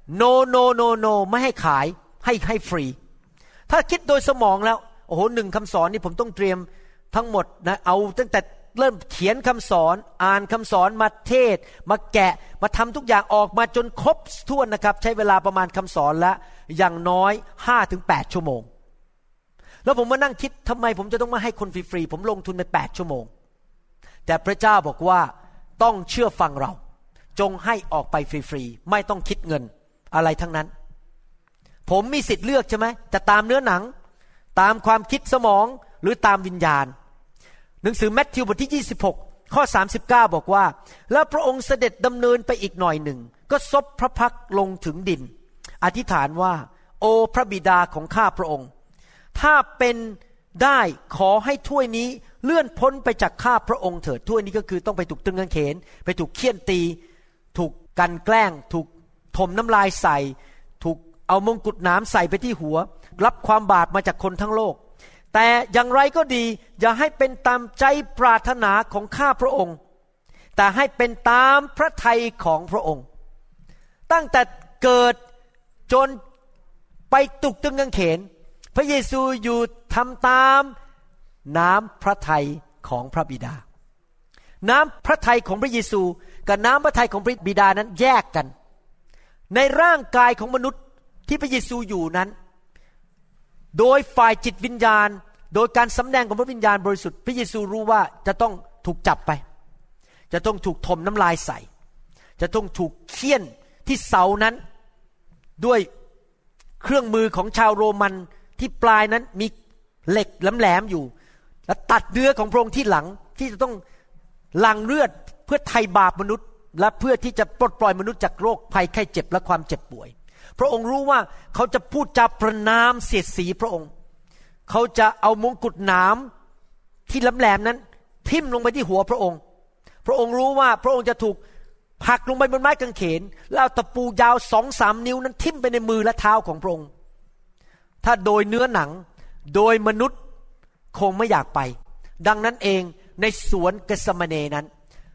no ไม่ให้ขายให้ฟรีถ้าคิดโดยสมองแล้วโอ้โห1คำสอนนี่ผมต้องเตรียมทั้งหมดนะเอาตั้งแต่เริ่มเขียนคำสอนอ่านคำสอนมาเทศมาแกะมาทำทุกอย่างออกมาจนครบถ้วนนะครับใช้เวลาประมาณคำสอนละอย่างน้อย 5-8 ชั่วโมงแล้วผมมานั่งคิดทำไมผมจะต้องมาให้คนฟรีๆผมลงทุนไป8 ชั่วโมงแต่พระเจ้าบอกว่าต้องเชื่อฟังเราจงให้ออกไปฟรีๆไม่ต้องคิดเงินอะไรทั้งนั้นผมมีสิทธิ์เลือกใช่ไหมจะตามเนื้อหนังตามความคิดสมองหรือตามวิญญาณหนังสือมัทธิวบทที่26ข้อ39บอกว่าแล้วพระองค์เสด็จดำเนินไปอีกหน่อยหนึ่งก็ซบพระพักตร์ลงถึงดินอธิษฐานว่าโอ้พระบิดาของข้าพระองค์ถ้าเป็นได้ขอให้ถ้วยนี้เลื่อนพ้นไปจากข้าพระองค์เถิดถ้วยนี้ก็คือต้องไปถูกตรึงกางเขนไปถูกเฆี่ยนตีถูกกันแกล้งถูกถมน้ำลายใส่ถูกเอามงกุฎหนามใส่ไปที่หัวรับความบาปมาจากคนทั้งโลกแต่อย่างไรก็ดีอย่าให้เป็นตามใจปรารถนาของข้าพระองค์แต่ให้เป็นตามพระทัยของพระองค์ตั้งแต่เกิดจนไปถูกตรึงกางเขนพระเยซูอยู่ทำตามน้ำพระทัยของพระบิดาน้ำพระทัยของพระเยซูกับน้ำพระทัยของพระบิดานั้นแยกกันในร่างกายของมนุษย์ที่พระเยซูอยู่นั้นโดยฝ่ายจิตวิญญาณโดยการสำแดงของพระวิญญาณบริสุทธิ์พระเยซูรู้ว่าจะต้องถูกจับไปจะต้องถูกถมน้ำลายใส่จะต้องถูกเฆี่ยนที่เสานั้นด้วยเครื่องมือของชาวโรมันที่ปลายนั้นมีเหล็กแหลมๆอยู่แล้วตัดเนื้อของพระองค์ที่หลังที่จะต้องหลั่งเลือดเพื่อไถ่บาปมนุษย์และเพื่อที่จะปลดปล่อยมนุษย์จากโรคภัยไข้เจ็บและความเจ็บป่วยพระองค์รู้ว่าเขาจะพูดจาประณามเสียดสีพระองค์เขาจะเอามงกุฎหนามที่แหลมๆนั้นทิ่มลงไปที่หัวพระองค์พระองค์รู้ว่าพระองค์จะถูกผลักลงไปบนไม้กางเขนแล้วเอาตะปูยาว 2-3 นิ้วนั้นทิ่มไปในมือและเท้าของพระองค์ถ้าโดยเนื้อหนังโดยมนุษย์คงไม่อยากไปดังนั้นเองในสวนเกสมาเนนั้น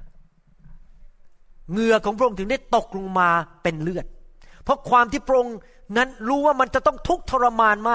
เหงื่อของพระองค์ถึงได้ตกลงมาเป็นเลือดเพราะความที่พระองค์นั้นรู้ว่ามันจะต้องทุกข์ทรมานมาก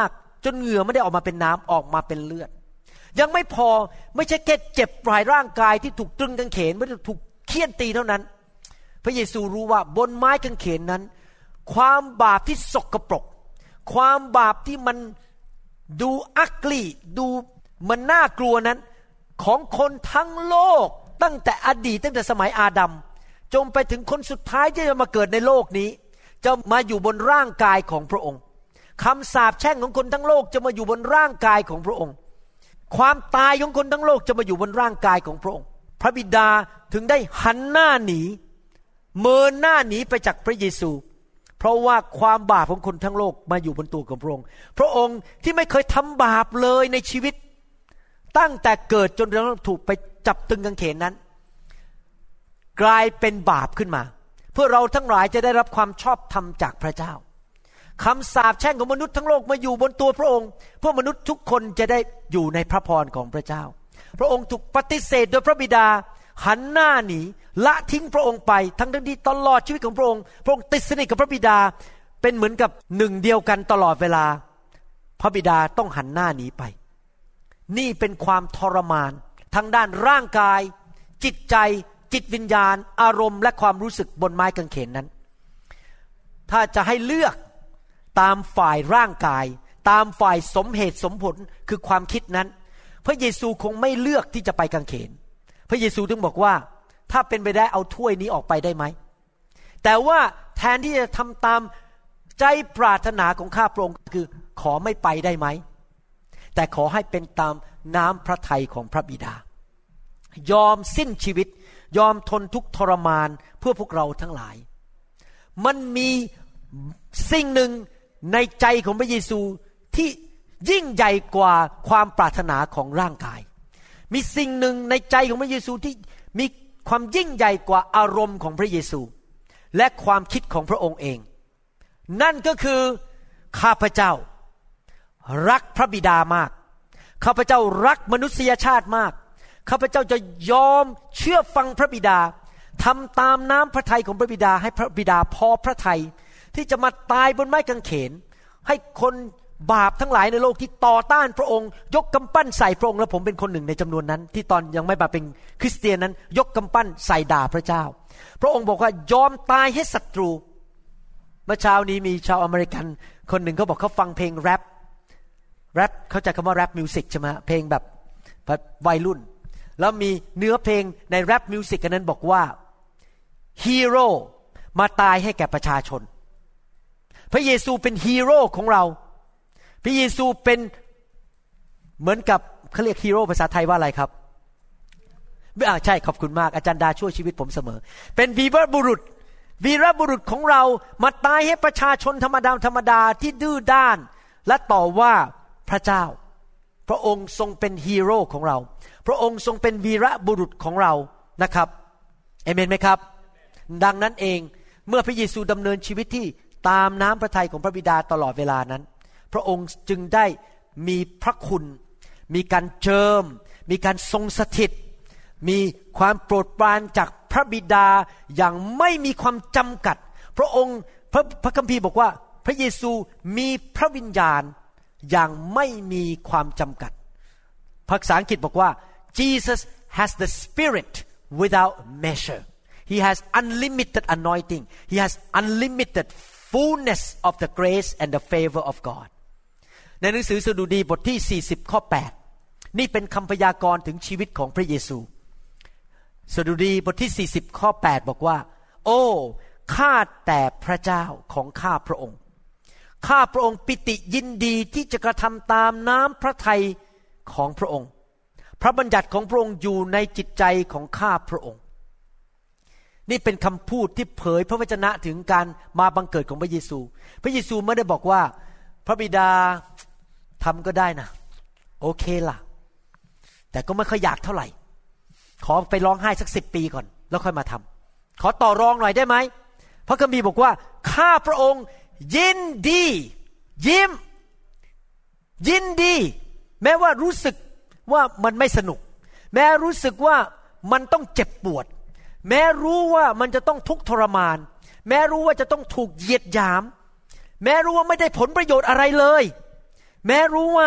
จนเหงื่อไม่ได้ออกมาเป็นน้ำออกมาเป็นเลือดยังไม่พอไม่ใช่แค่เจ็บปลายร่างกายที่ถูกตรึงกางเขนไม่ได้ถูกเฆี่ยนตีเท่านั้นพระเยซูรู้ว่าบนไม้กางเขนนั้นความบาปที่สกปรกความบาปที่มันดูอักลีดูมันน่ากลัวนั้นของคนทั้งโลกตั้งแต่อดีตตั้งแต่สมัยอาดัมจนไปถึงคนสุดท้ายที่จะมาเกิดในโลกนี้จะมาอยู่บนร่างกายของพระองค์คำสาปแช่งของคนทั้งโลกจะมาอยู่บนร่างกายของพระองค์ความตายของคนทั้งโลกจะมาอยู่บนร่างกายของพระองค์พระบิดาถึงได้หันหน้าหนีเมินหน้าหนีไปจากพระเยซูเพราะว่าความบาปของคนทั้งโลกมาอยู่บนตัวของพระองค์พระองค์ที่ไม่เคยทำบาปเลยในชีวิตตั้งแต่เกิดจนกระทั่งถูกไปจับตึงกางเขนนั้นกลายเป็นบาปขึ้นมาเพื่อเราทั้งหลายจะได้รับความชอบธรรมจากพระเจ้าคำสาปแช่งของมนุษย์ทั้งโลกมาอยู่บนตัวพระองค์เพื่อมนุษย์ทุกคนจะได้อยู่ในพระพรของพระเจ้าพระองค์ถูกปฏิเสธโดยพระบิดาหันหน้าหนีละทิ้งพระองค์ไปทั้งที่ตลอดชีวิตของพระองค์พระองค์ติดสนิทกับพระบิดาเป็นเหมือนกับหนึ่งเดียวกันตลอดเวลาพระบิดาต้องหันหน้าหนีไปนี่เป็นความทรมานทั้งด้านร่างกายจิตใจจิตวิญญาณอารมณ์และความรู้สึกบนไม้กางเขนนั้นถ้าจะให้เลือกตามฝ่ายร่างกายตามฝ่ายสมเหตุสมผลคือความคิดนั้นพระเยซูคงไม่เลือกที่จะไปกางเขนพระเยซูถึงบอกว่าถ้าเป็นไปได้เอาถ้วยนี้ออกไปได้ไหมแต่ว่าแทนที่จะทำตามใจปรารถนาของข้าพระองค์คือขอไม่ไปได้ไหมแต่ขอให้เป็นตามน้ำพระทัยของพระบิดายอมสิ้นชีวิตยอมทนทุกข์ทรมานเพื่อพวกเราทั้งหลายมันมีสิ่งหนึ่งในใจของพระเยซูที่ยิ่งใหญ่กว่าความปรารถนาของร่างกายมีสิ่งหนึ่งในใจของพระเยซูที่มีความยิ่งใหญ่กว่าอารมณ์ของพระเยซูและความคิดของพระองค์เองนั่นก็คือข้าพเจ้ารักพระบิดามากข้าพเจ้ารักมนุษยชาติมากข้าพเจ้าจะยอมเชื่อฟังพระบิดาทำตามน้ำพระทัยของพระบิดาให้พระบิดาพอพระทัยที่จะมาตายบนไม้กางเขนให้คนบาปทั้งหลายในโลกที่ต่อต้านพระองค์ยกกำปั้นใส่พระองค์และผมเป็นคนหนึ่งในจำนวนนั้นที่ตอนยังไม่มาเป็นคริสเตียนนั้นยกกำปั้นใส่ด่าพระเจ้าพระองค์บอกว่ายอมตายให้ศัตรูเมื่อเช้านี้มีชาวอเมริกันคนหนึ่งเขาบอกเขาฟังเพลงแรปเข้าใจคำว่าแรปมิวสิกใช่ไหมเพลงแบบวัยรุ่นแล้วมีเนื้อเพลงในแรปมิวสิกอันนั้นบอกว่าฮีโร่มาตายให้แก่ประชาชนพระเยซูเป็นฮีโร่ของเราพระเยซูเป็นเหมือนกับเขาเรียกฮีโร่ภาษาไทยว่าอะไรครับใช่ขอบคุณมากอาจารย์ดาช่วยชีวิตผมเสมอเป็นวีรบุรุษของเรามาตายให้ประชาชนธรรมดาที่ดื้อด้านและต่อว่าพระเจ้าพระองค์ทรงเป็นฮีโร่ของเราพระองค์ทรงเป็นวีรบุรุษของเรานะครับเอเมนไหมครับดังนั้นเองเมื่อพระเยซูดำเนินชีวิตที่ตามน้ำพระทัยของพระบิดาตลอดเวลานั้นพระองค์จึงได้มีพระคุณมีการเจิมมีการทรงสถิตมีความโปรดปรานจากพระบิดาอย่างไม่มีความจำกัดพระองค์พระคัมภีร์บอกว่าพระเยซูมีพระวิญญาณอย่างไม่มีความจำกัดภาษาอังกฤษบอกว่า Jesus has the Spirit without measure He has unlimited anointing He has unlimited fullness of the grace and the favor of God ในหนังสือสดุดีบทที่40ข้อ8นี่เป็นคำพยากรณ์ถึงชีวิตของพระเยซูสดุดีบทที่40ข้อ8บอกว่าโอ้ข้าแต่พระเจ้าของข้าพระองค์ข้าพระองค์ปิติยินดีที่จะกระทำตามน้ำพระทัยของพระองค์พระบัญญัติของพระองค์อยู่ในจิตใจของข้าพระองค์นี่เป็นคำพูดที่เผยพระวจนะถึงการมาบังเกิดของพระเยซูพระเยซูไม่ได้บอกว่าพระบิดาทำก็ได้นะโอเคล่ะแต่ก็ไม่ค่อยอยากเท่าไหร่ขอไปร้องไห้สัก10 ปีก่อนแล้วค่อยมาทำขอต่อรองหน่อยได้ไหมพระคัมภีร์บอกว่าข้าพระองค์ยินดียินดีแม้ว่ารู้สึกว่ามันไม่สนุกแม้รู้สึกว่ามันต้องเจ็บปวดแม้รู้ว่ามันจะต้องทุกข์ทรมานแม้รู้ว่าจะต้องถูกเหยียดหยามแม้รู้ว่าไม่ได้ผลประโยชน์อะไรเลยแม้รู้ว่า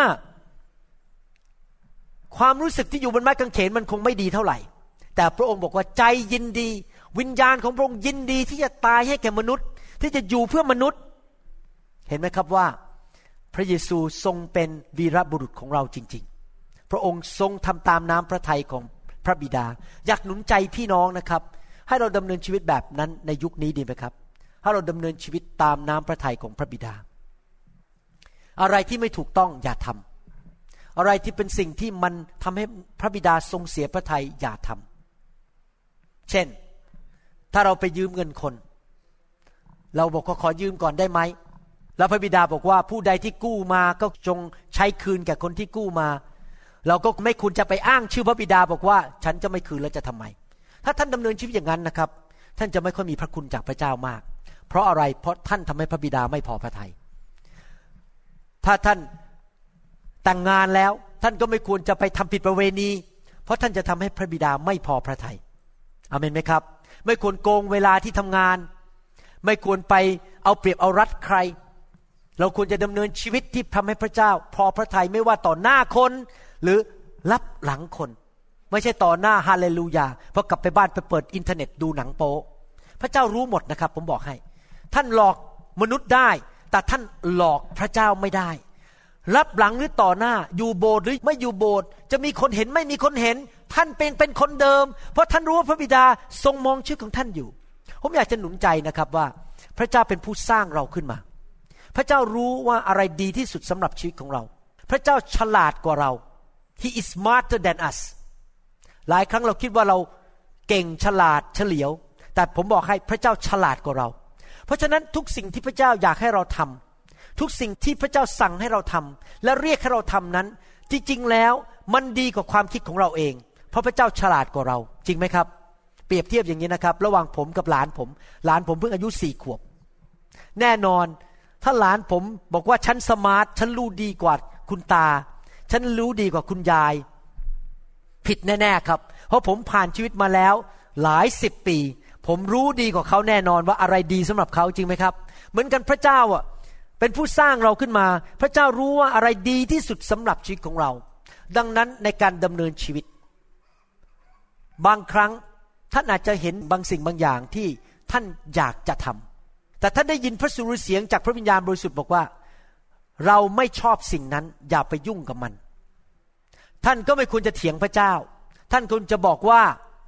ความรู้สึกที่อยู่บนไม้กางเขนมันคงไม่ดีเท่าไหร่แต่พระองค์บอกว่าใจยินดีวิญญาณของพระองค์ยินดีที่จะตายให้แก่มนุษย์ที่จะอยู่เพื่อมนุษย์เห็นไหมครับว่าพระเยซูทรงเป็นวีรบุรุษของเราจริงๆพระองค์ทรงทำตามน้ำพระทัยของพระบิดาอยากหนุนใจพี่น้องนะครับให้เราดำเนินชีวิตแบบนั้นในยุคนี้ดีไหมครับให้เราดำเนินชีวิตตามน้ำพระทัยของพระบิดาอะไรที่ไม่ถูกต้องอย่าทำอะไรที่เป็นสิ่งที่มันทำให้พระบิดาทรงเสียพระทัยอย่าทำเช่นถ้าเราไปยืมเงินคนเราบอกขอยืมก่อนได้ไหมแล้วพระบิดาบอกว่าผู้ใดที่กู้มาก็จงใช้คืนแก่คนที่กู้มาเราก็ไม่ควรจะไปอ้างชื่อพระบิดาบอกว่าฉันจะไม่คืนแล้วจะทำไมถ้าท่านดำเนินชีวิตอย่างนั้นนะครับท่านจะไม่ค่อยมีพระคุณจากพระเจ้ามากเพราะอะไรเพราะท่านทำให้พระบิดาไม่พอพระทัยถ้าท่านแต่งงานแล้วท่านก็ไม่ควรจะไปทำผิดประเวณีเพราะท่านจะทำให้พระบิดาไม่พอพระทัยอาเมนไหมครับไม่ควรโกงเวลาที่ทำงานไม่ควรไปเอาเปรียบเอารัดใครเราควรจะดำเนินชีวิตที่ทำให้พระเจ้าพอพระทัยไม่ว่าต่อหน้าคนหรือลับหลังคนไม่ใช่ต่อหน้าฮาเลลูยาพอกลับไปบ้านไปเปิดอินเทอร์เน็ตดูหนังโป๊พระเจ้ารู้หมดนะครับผมบอกให้ท่านหลอกมนุษย์ได้แต่ท่านหลอกพระเจ้าไม่ได้รับหลังหรือต่อหน้าอยู่โบสถ์หรือไม่อยู่โบสถ์จะมีคนเห็นไม่มีคนเห็นท่านเป็นคนเดิมเพราะท่านรู้ว่าพระบิดาทรงมองชีวิตของท่านอยู่ผมอยากจะหนุนใจนะครับว่าพระเจ้าเป็นผู้สร้างเราขึ้นมาพระเจ้ารู้ว่าอะไรดีที่สุดสำหรับชีวิตของเราพระเจ้าฉลาดกว่าเรา He is smarter than us หลายครั้งเราคิดว่าเราเก่งฉลาดเฉลียวแต่ผมบอกให้พระเจ้าฉลาดกว่าเราเพราะฉะนั้นทุกสิ่งที่พระเจ้าอยากให้เราทำทุกสิ่งที่พระเจ้าสั่งให้เราทำและเรียกให้เราทำนั้นจริงๆแล้วมันดีกว่าความคิดของเราเองเพราะพระเจ้าฉลาดกว่าเราจริงไหมครับเปรียบเทียบอย่างนี้นะครับระหว่างผมกับหลานผมเพิ่งอายุ4 ขวบแน่นอนถ้าหลานผมบอกว่าฉันสมาร์ทฉันรู้ดีกว่าคุณตาฉันรู้ดีกว่าคุณยายผิดแน่ๆครับเพราะผมผ่านชีวิตมาแล้วหลาย10 ปีผมรู้ดีกว่าเขาแน่นอนว่าอะไรดีสำหรับเขาจริงไหมครับเหมือนกันพระเจ้าเป็นผู้สร้างเราขึ้นมาพระเจ้ารู้ว่าอะไรดีที่สุดสำหรับชีวิตของเราดังนั้นในการดำเนินชีวิตบางครั้งท่านอาจจะเห็นบางสิ่งบางอย่างที่ท่านอยากจะทำแต่ท่านได้ยินพระสุรเสียงจากพระวิญญาณบริสุทธิ์บอกว่าเราไม่ชอบสิ่งนั้นอย่าไปยุ่งกับมันท่านก็ไม่ควรจะเถียงพระเจ้าท่านควรจะบอกว่า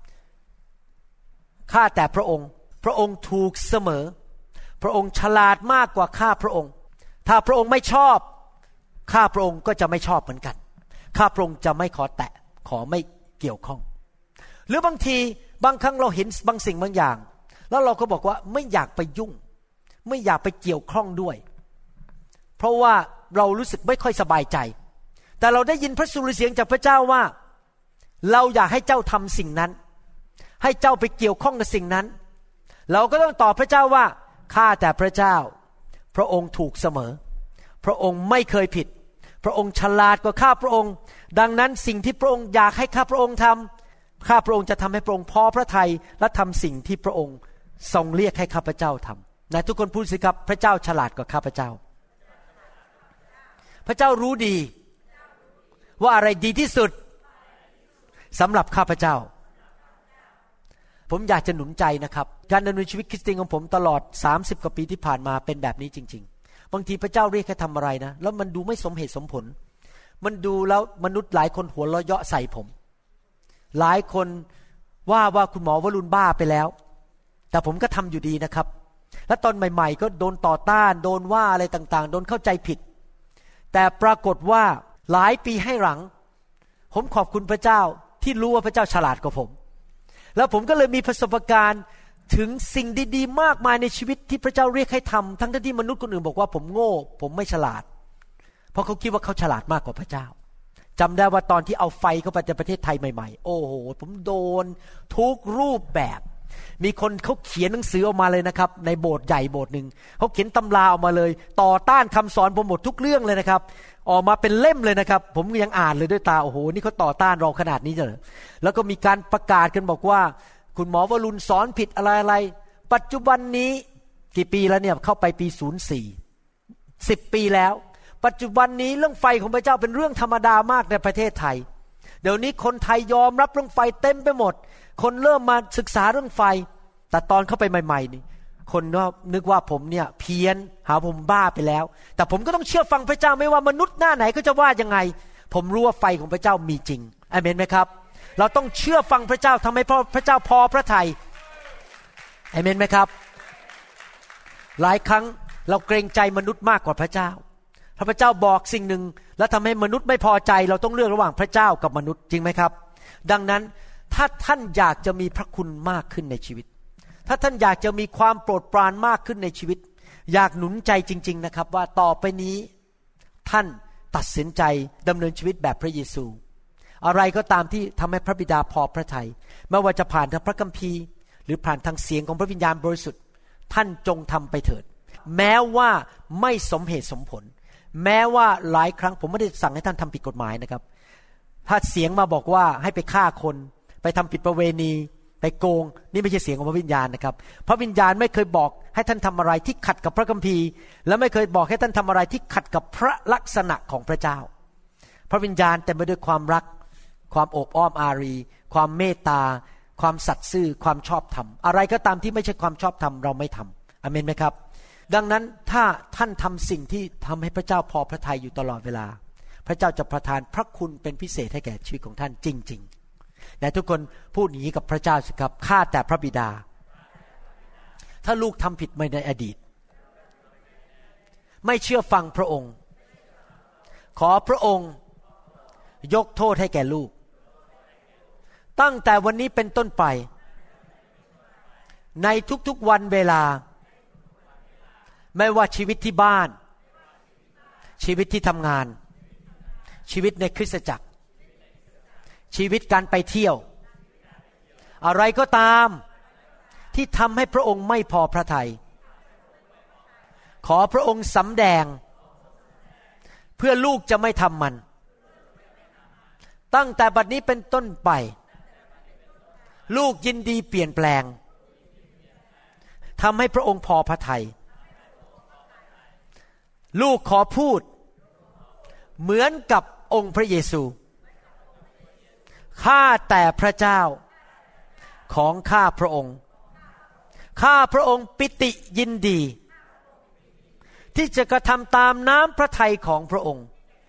ข้าแต่พระองค์ถูกเสมอพระองค์ฉลาดมากกว่าข้าพระองค์ถ้าพระองค์ไม่ชอบข้าพระองค์ก็จะไม่ชอบเหมือนกันข้าพระองค์จะไม่ขอแตะขอไม่เกี่ยวข้องหรือบางทีบางครั้งเราเห็นบางสิ่งบางอย่างแล้วเราก็บอกว่าไม่อยากไปยุ่งไม่อยากไปเกี่ยวข้องด้วยเพราะว่าเรารู้สึกไม่ค่อยสบายใจแต่เราได้ยินพระสุรเสียงจากพระเจ้าว่าเราอยากให้เจ้าทำสิ่งนั้นให้เจ้าไปเกี่ยวข้องกับสิ่งนั้นเราก็ต้องตอบพระเจ้าว่าข้าแต่พระเจ้าพระองค์ถูกเสมอพระองค์ไม่เคยผิดพระองค์ฉลาดกว่าข้าพระองค์ดังนั้นสิ่งที่พระองค์อยากให้ข้าพระองค์ทำข้าพระองค์จะทำให้พระองค์พอพระทัยและทำสิ่งที่พระองค์ทรงเรียกให้ข้าพเจ้าทำนะทุกคนพูดสิครับพระเจ้าฉลาดกว่าข้าพเจ้าพระเจ้ารู้ดีว่าอะไรดีที่สุดสำหรับข้าพเจ้าผมอยากจะหนุนใจนะครับการดำเนินชีวิตคริสเตียนของผมตลอด30 กว่าปีที่ผ่านมาเป็นแบบนี้จริงๆบางทีพระเจ้าเรียกให้ทำอะไรนะแล้วมันดูไม่สมเหตุสมผลมันดูแล้วมนุษย์หลายคนหัวเราะเยาะใส่ผมหลายคนว่าคุณหมอวรุณบ้าไปแล้วแต่ผมก็ทำอยู่ดีนะครับและตอนใหม่ๆก็โดนต่อต้านโดนว่าอะไรต่างๆโดนเข้าใจผิดแต่ปรากฏว่าหลายปีให้หลังผมขอบคุณพระเจ้าที่รู้ว่าพระเจ้าฉลาดกว่าผมแล้วผมก็เลยมีประสบการณ์ถึงสิ่งดีๆมากมายในชีวิตที่พระเจ้าเรียกให้ทำทั้งที่มนุษย์คนอื่นบอกว่าผมโง่ผมไม่ฉลาดเพราะเขาคิดว่าเขาฉลาดมากกว่าพระเจ้าจำได้ว่าตอนที่เอาไฟเข้าไปในประเทศไทยใหม่ๆโอ้โหผมโดนทุกรูปแบบมีคนเขาเขียนหนังสือออกมาเลยนะครับในโบสถ์ใหญ่โบสถ์นึงเขาเขียนตำราออกมาเลยต่อต้านคำสอนผมหมดทุกเรื่องเลยนะครับออกมาเป็นเล่มเลยนะครับผมยังอ่านเลยด้วยตาโอ้โหนี่เขาต่อต้านเราขนาดนี้เหรอแล้วก็มีการประกาศกันบอกว่าคุณหมอวรุณสอนผิดอะไรๆปัจจุบันนี้กี่ปีแล้วเนี่ยเข้าไปปี04 10 ปีแล้วปัจจุบันนี้เรื่องไฟของพระเจ้าเป็นเรื่องธรรมดามากในประเทศไทยเดี๋ยวนี้คนไทยยอมรับเรื่องไฟเต็มไปหมดคนเริ่มมาศึกษาเรื่องไฟแต่ตอนเข้าไปใหม่ๆนี่คนก็นึกว่าผมเนี่ยเพี้ยนหาผมบ้าไปแล้วแต่ผมก็ต้องเชื่อฟังพระเจ้าไม่ว่ามนุษย์หน้าไหนก็จะว่ายังไงผมรู้ว่าไฟของพระเจ้ามีจริงอาเมนไหมครับเราต้องเชื่อฟังพระเจ้าทำให้พระเจ้าพอพระทัยอาเมนไหมครับหลายครั้งเราเกรงใจมนุษย์มากกว่าพระเจ้าถ้าพระเจ้าบอกสิ่งหนึ่งแล้วทำให้มนุษย์ไม่พอใจเราต้องเลือกระหว่างพระเจ้ากับมนุษย์จริงไหมครับดังนั้นถ้าท่านอยากจะมีพระคุณมากขึ้นในชีวิตถ้าท่านอยากจะมีความโปรดปรานมากขึ้นในชีวิตอยากหนุนใจจริงๆนะครับว่าต่อไปนี้ท่านตัดสินใจดำเนินชีวิตแบบพระเยซูอะไรก็ตามที่ทำให้พระบิดาพอพระทัยไม่ว่าจะผ่านทางพระคัมภีร์หรือผ่านทางเสียงของพระวิญญาณบริสุทธิ์ท่านจงทำไปเถิดแม้ว่าไม่สมเหตุสมผลแม้ว่าหลายครั้งผมไม่ได้สั่งให้ท่านทำผิดกฎหมายนะครับถ้าเสียงมาบอกว่าให้ไปฆ่าคนไปทำผิดประเวณีไปโกงนี่ไม่ใช่เสียงของพระวิญญาณนะครับพระวิญญาณไม่เคยบอกให้ท่านทำอะไรที่ขัดกับพระคัมภีร์และไม่เคยบอกให้ท่านทำอะไรที่ขัดกับพระลักษณะของพระเจ้าพระวิญญาณเต็มไปด้วยความรักความโอบอ้อมอารีความเมตตาความสัตย์ซื่อความชอบธรรมอะไรก็ตามที่ไม่ใช่ความชอบธรรมเราไม่ทำอาเมนไหมครับดังนั้นถ้าท่านทำสิ่งที่ทำให้พระเจ้าพอพระทัยอยู่ตลอดเวลาพระเจ้าจะประทานพระคุณเป็นพิเศษให้แก่ชีวิตของท่านจริงๆแต่ทุกคนพูดอย่างนี้กับพระเจ้าสิครับข้าแต่พระบิดาถ้าลูกทำผิดมาในอดีตไม่เชื่อฟังพระองค์ขอพระองค์ยกโทษให้แก่ลูกตั้งแต่วันนี้เป็นต้นไปในทุกๆวันเวลาไม่ว่าชีวิตที่บ้านชีวิตที่ทำงานชีวิตในคริสตจักรชีวิตการไปเที่ยวอะไรก็ตามที่ทำให้พระองค์ไม่พอพระทัยขอพระองค์สำแดงเพื่อลูกจะไม่ทำมันตั้งแต่บัดนี้เป็นต้นไปลูกยินดีเปลี่ยนแปลงทำให้พระองค์พอพระทัยลูกขอพูดเหมือนกับองค์พระเยซูข้าแต่พระเจ้าของข้าพระองค์ข้าพระองค์ปิติยินดีที่จะกระทำตามน้ำพระทัยของพระองค์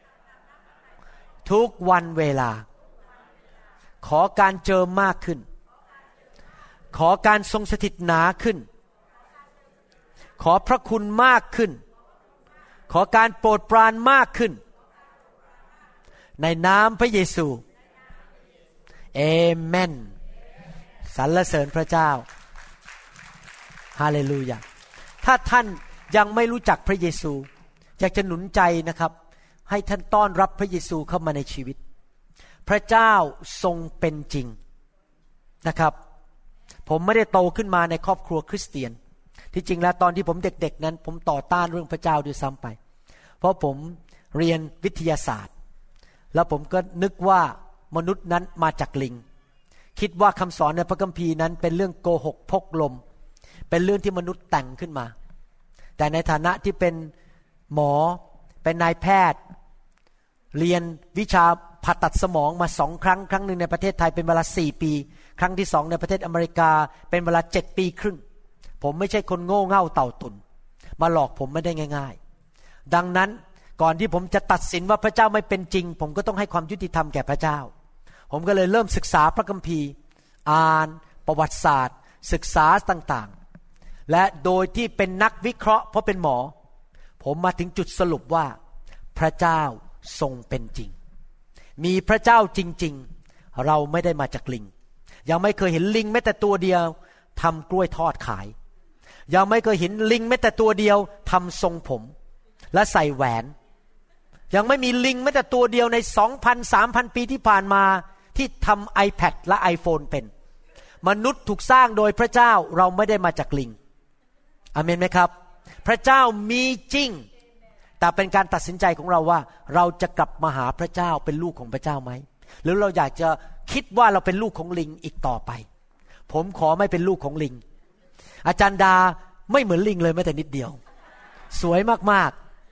ทุกวันเวลาขอการเจิมมากขึ้นขอการทรงสถิตหนาขึ้นขอพระคุณมากขึ้นขอการโปรดปรานมากขึ้นในนามพระเยซูเอเมนสรรเสริญพระเจ้าฮาเลลูยาถ้าท่านยังไม่รู้จักพระเยซูอยากจะหนุนใจนะครับให้ท่านต้อนรับพระเยซูเข้ามาในชีวิตพระเจ้าทรงเป็นจริงนะครับผมไม่ได้โตขึ้นมาในครอบครัวคริสเตียนที่จริงแล้วตอนที่ผมเด็กๆนั้นผมต่อต้านเรื่องพระเจ้าด้วยซ้ำไปเพราะผมเรียนวิทยาศาสตร์แล้วผมก็นึกว่ามนุษย์นั้นมาจากลิงคิดว่าคำสอนในพระคัมภีร์นั้นเป็นเรื่องโกหกพกลมเป็นเรื่องที่มนุษย์แต่งขึ้นมาแต่ในฐานะที่เป็นหมอเป็นนายแพทย์เรียนวิชาผ่าตัดสมองมา2 ครั้งครั้งนึงในประเทศไทยเป็นเวลา4 ปีครั้งที่2ในประเทศอเมริกาเป็นเวลา7 ปีครึ่งผมไม่ใช่คนโง่เง่าเต่าตุ่นมาหลอกผมไม่ได้ง่ายๆดังนั้นก่อนที่ผมจะตัดสินว่าพระเจ้าไม่เป็นจริงผมก็ต้องให้ความยุติธรรมแก่พระเจ้าผมก็เลยเริ่มศึกษาพระคัมภีร์อ่านประวัติศาสตร์ศึกษาต่างๆและโดยที่เป็นนักวิเคราะห์เพราะเป็นหมอผมมาถึงจุดสรุปว่าพระเจ้าทรงเป็นจริงมีพระเจ้าจริงๆเราไม่ได้มาจากลิงยังไม่เคยเห็นลิงแม้แต่ตัวเดียวทำกล้วยทอดขายยังไม่เคยเห็นลิงแม้แต่ตัวเดียวทำทรงผมและใส่แหวนยังไม่มีลิงแม้แต่ตัวเดียวใน 2,000-3,000 ปีที่ผ่านมาที่ทำ iPad และ iPhone เป็นมนุษย์ถูกสร้างโดยพระเจ้าเราไม่ได้มาจากลิงอาเมนไหมครับพระเจ้ามีจริงแต่เป็นการตัดสินใจของเราว่าเราจะกลับมาหาพระเจ้าเป็นลูกของพระเจ้าไหมหรือเราอยากจะคิดว่าเราเป็นลูกของลิงอีกต่อไปผมขอไม่เป็นลูกของลิงอาจารย์ดาไม่เหมือนลิงเลยแม้แต่นิดเดียวสวยมากๆ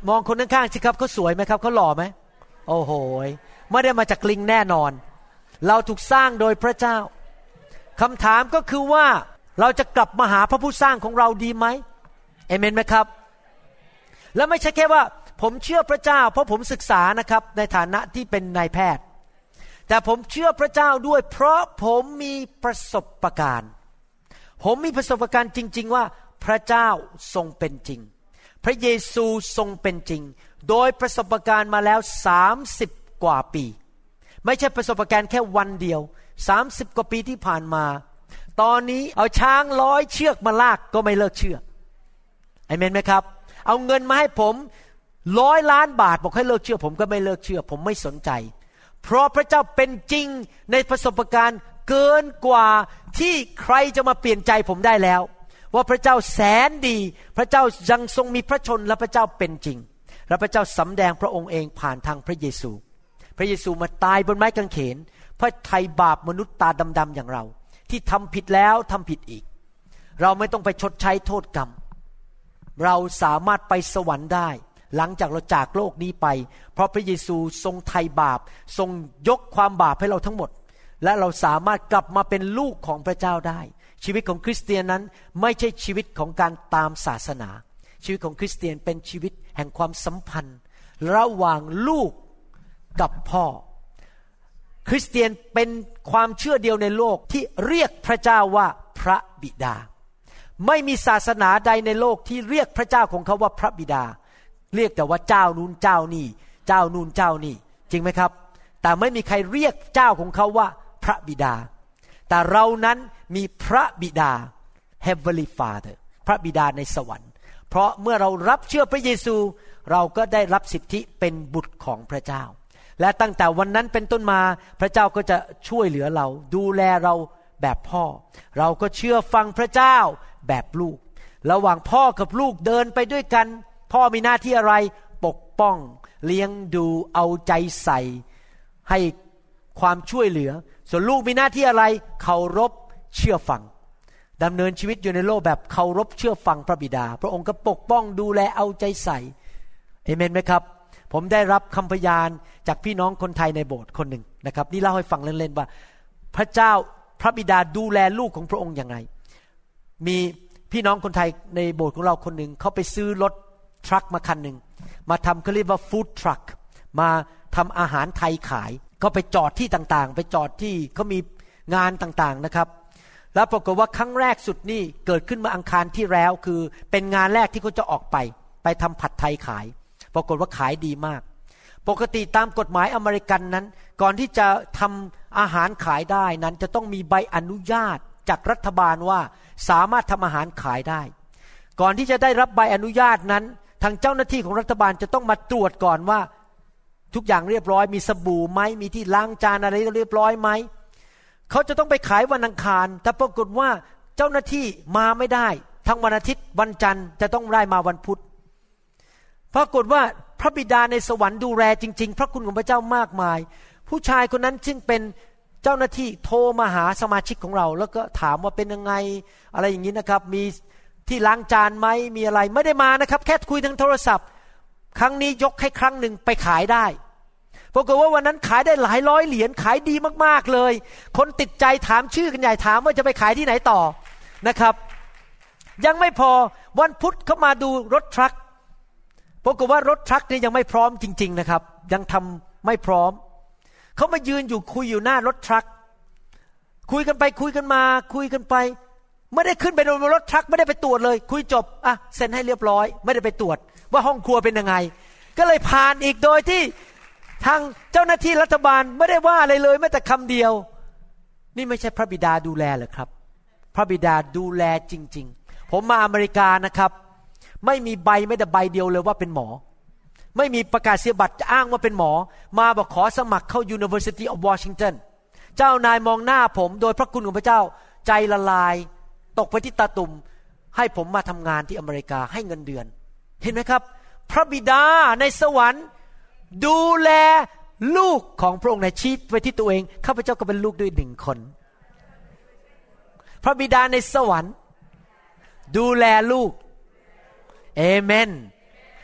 มองคนข้างๆสิครับเขาสวยไหมครับเขาหล่อไหมโอ้โหไม่ได้มาจากลิงแน่นอนเราถูกสร้างโดยพระเจ้าคำถามก็คือว่าเราจะกลับมาหาพระผู้สร้างของเราดีไหมเอเมนไหมครับแล้วไม่ใช่แค่ว่าผมเชื่อพระเจ้าเพราะผมศึกษานะครับในฐานะที่เป็นนายแพทย์แต่ผมเชื่อพระเจ้าด้วยเพราะผมมีประสบการณ์ผมมีประสบการณ์จริงๆว่าพระเจ้าทรงเป็นจริงพระเยซูทรงเป็นจริงโดยประสบการณ์มาแล้ว30กว่าปีไม่ใช่ประสบการณ์แค่วันเดียว30กว่าปีที่ผ่านมาตอนนี้เอาช้าง100เชือกมาลากก็ไม่เลิกเชื่ออาเมนไหมครับเอาเงินมาให้ผม100 ล้านบาทบอกให้เลิกเชื่อผมก็ไม่เลิกเชื่อผมไม่สนใจเพราะพระเจ้าเป็นจริงในประสบการณ์เกินกว่าที่ใครจะมาเปลี่ยนใจผมได้แล้วว่าพระเจ้าแสนดีพระเจ้ายังทรงมีพระชนและพระเจ้าเป็นจริงและพระเจ้าสำแดงพระองค์เองผ่านทางพระเยซูพระเยซูมาตายบนไม้กางเขนเพื่อไถ่บาปมนุษย์ตาดำๆอย่างเราที่ทำผิดแล้วทำผิดอีกเราไม่ต้องไปชดใช้โทษกรรมเราสามารถไปสวรรค์ได้หลังจากเราจากโลกนี้ไปเพราะพระเยซูทรงไถ่บาปทรงยกความบาปให้เราทั้งหมดและเราสามารถกลับมาเป็นลูกของพระเจ้าได้ชีวิตของคริสเตียนนั้นไม่ใช่ชีวิตของการตามศาสนาชีวิตของคริสเตียนเป็นชีวิตแห่งความสัมพันธ์ระหว่างลูกกับพ่อคริสเตียนเป็นความเชื่อเดียวในโลกที่เรียกพระเจ้าว่าพระบิดาไม่มีศาสนาใดในโลกที่เรียกพระเจ้าของเขาว่าพระบิดาเรียกแต่ว่าเจ้านู้นเจ้านี่เจ้านู้นเจ้านี่จริงไหมครับแต่ไม่มีใครเรียกเจ้าของเขาว่าพระบิดาแต่เรานั้นมีพระบิดา Heavenly Father พระบิดาในสวรรค์เพราะเมื่อเรารับเชื่อพระเยซูเราก็ได้รับสิทธิเป็นบุตรของพระเจ้าและตั้งแต่วันนั้นเป็นต้นมาพระเจ้าก็จะช่วยเหลือเราดูแลเราแบบพ่อเราก็เชื่อฟังพระเจ้าแบบลูกระหว่างพ่อกับลูกเดินไปด้วยกันพ่อมีหน้าที่อะไรปกป้องเลี้ยงดูเอาใจใส่ให้ความช่วยเหลือส่วนลูกมีหน้าที่อะไรเคารพเชื่อฟังดำเนินชีวิตอยู่ในโลกแบบเคารพเชื่อฟังพระบิดาพระองค์ก็ปกป้องดูแลเอาใจใส่เอเมนไหมครับผมได้รับคำพยานจากพี่น้องคนไทยในโบสถ์คนหนึ่งนะครับนี่เล่าให้ฟังเล่นๆว่าพระเจ้าพระบิดาดูแลลูกของพระองค์อย่างไรมีพี่น้องคนไทยในโบสถ์ของเราคนหนึ่งเขาไปซื้อรถทรัคมาคันหนึ่งมาทำเขาเรียกว่าฟู้ดทรัคมาทำอาหารไทยขายก็ไปจอดที่ต่างๆไปจอดที่เขามีงานต่างๆนะครับแล้วปรากฏว่าครั้งแรกสุดนี่เกิดขึ้นมาอังคารที่แล้วคือเป็นงานแรกที่เขาจะออกไปทำผัดไทยขายปรากฏว่าขายดีมากปกติตามกฎหมายอเมริกันนั้นก่อนที่จะทำอาหารขายได้นั้นจะต้องมีใบอนุญาตจากรัฐบาลว่าสามารถทำอาหารขายได้ก่อนที่จะได้รับใบอนุญาตนั้นทางเจ้าหน้าที่ของรัฐบาลจะต้องมาตรวจก่อนว่าทุกอย่างเรียบร้อยมีสบู่ไหมมีที่ล้างจานอะไรเรียบร้อยไหมเขาจะต้องไปขายวันอังคารแต่ปรากฏว่าเจ้าหน้าที่มาไม่ได้ทั้งวันอาทิตย์วันจันทร์จะต้องได้มาวันพุธปรากฏว่าพระบิดาในสวรรค์ดูแลจริงๆพระคุณของพระเจ้ามากมายผู้ชายคนนั้นจึงเป็นเจ้าหน้าที่โทรมาหาสมาชิกของเราแล้วก็ถามว่าเป็นยังไงอะไรอย่างนี้นะครับมีที่ล้างจานไหมมีอะไรไม่ได้มานะครับแค่คุยทางโทรศัพท์ครั้งนี้ยกให้ครั้งหนึ่งไปขายได้ปรากฏว่าวันนั้นขายได้หลายร้อยเหรียญขายดีมากๆเลยคนติดใจถามชื่อกันใหญ่ถามว่าจะไปขายที่ไหนต่อนะครับยังไม่พอวันพุธเขามาดูรถทรัคปรากฏว่ารถทรัคนี่ยังไม่พร้อมจริงๆนะครับยังทำไม่พร้อมเขามายืนอยู่คุยอยู่หน้ารถทรัคคุยกันไปคุยกันมาคุยกันไปไม่ได้ขึ้นไปบนรถทรัคไม่ได้ไปตรวจเลยคุยจบอ่ะเซ็นให้เรียบร้อยไม่ได้ไปตรวจว่าห้องครัวเป็นยังไงก็เลยผ่านอีกโดยที่ทางเจ้าหน้าที่รัฐบาลไม่ได้ว่าอะไรเลยแม้แต่คำเดียวนี่ไม่ใช่พระบิดาดูแลเหรอครับพระบิดาดูแลจริงๆผมมาอเมริกานะครับไม่มีใบไม่แต่ใบเดียวเลยว่าเป็นหมอไม่มีประกาศนียบัตรจะอ้างว่าเป็นหมอมาบอกขอสมัครเข้า University of Washington เจ้านายมองหน้าผมโดยพระคุณของพระเจ้าใจละลายตกไปที่ตาตุ่มให้ผมมาทำงานที่อเมริกาให้เงินเดือนเห็นไหมครับพระบิดาในสวรรค์ดูแลลูกของพระองค์ในชีวิตไว้ที่ตัวเองข้าพเจ้าก็เป็นลูกด้วย1 คนพระบิดาในสวรรค์ดูแลลูกเอเมน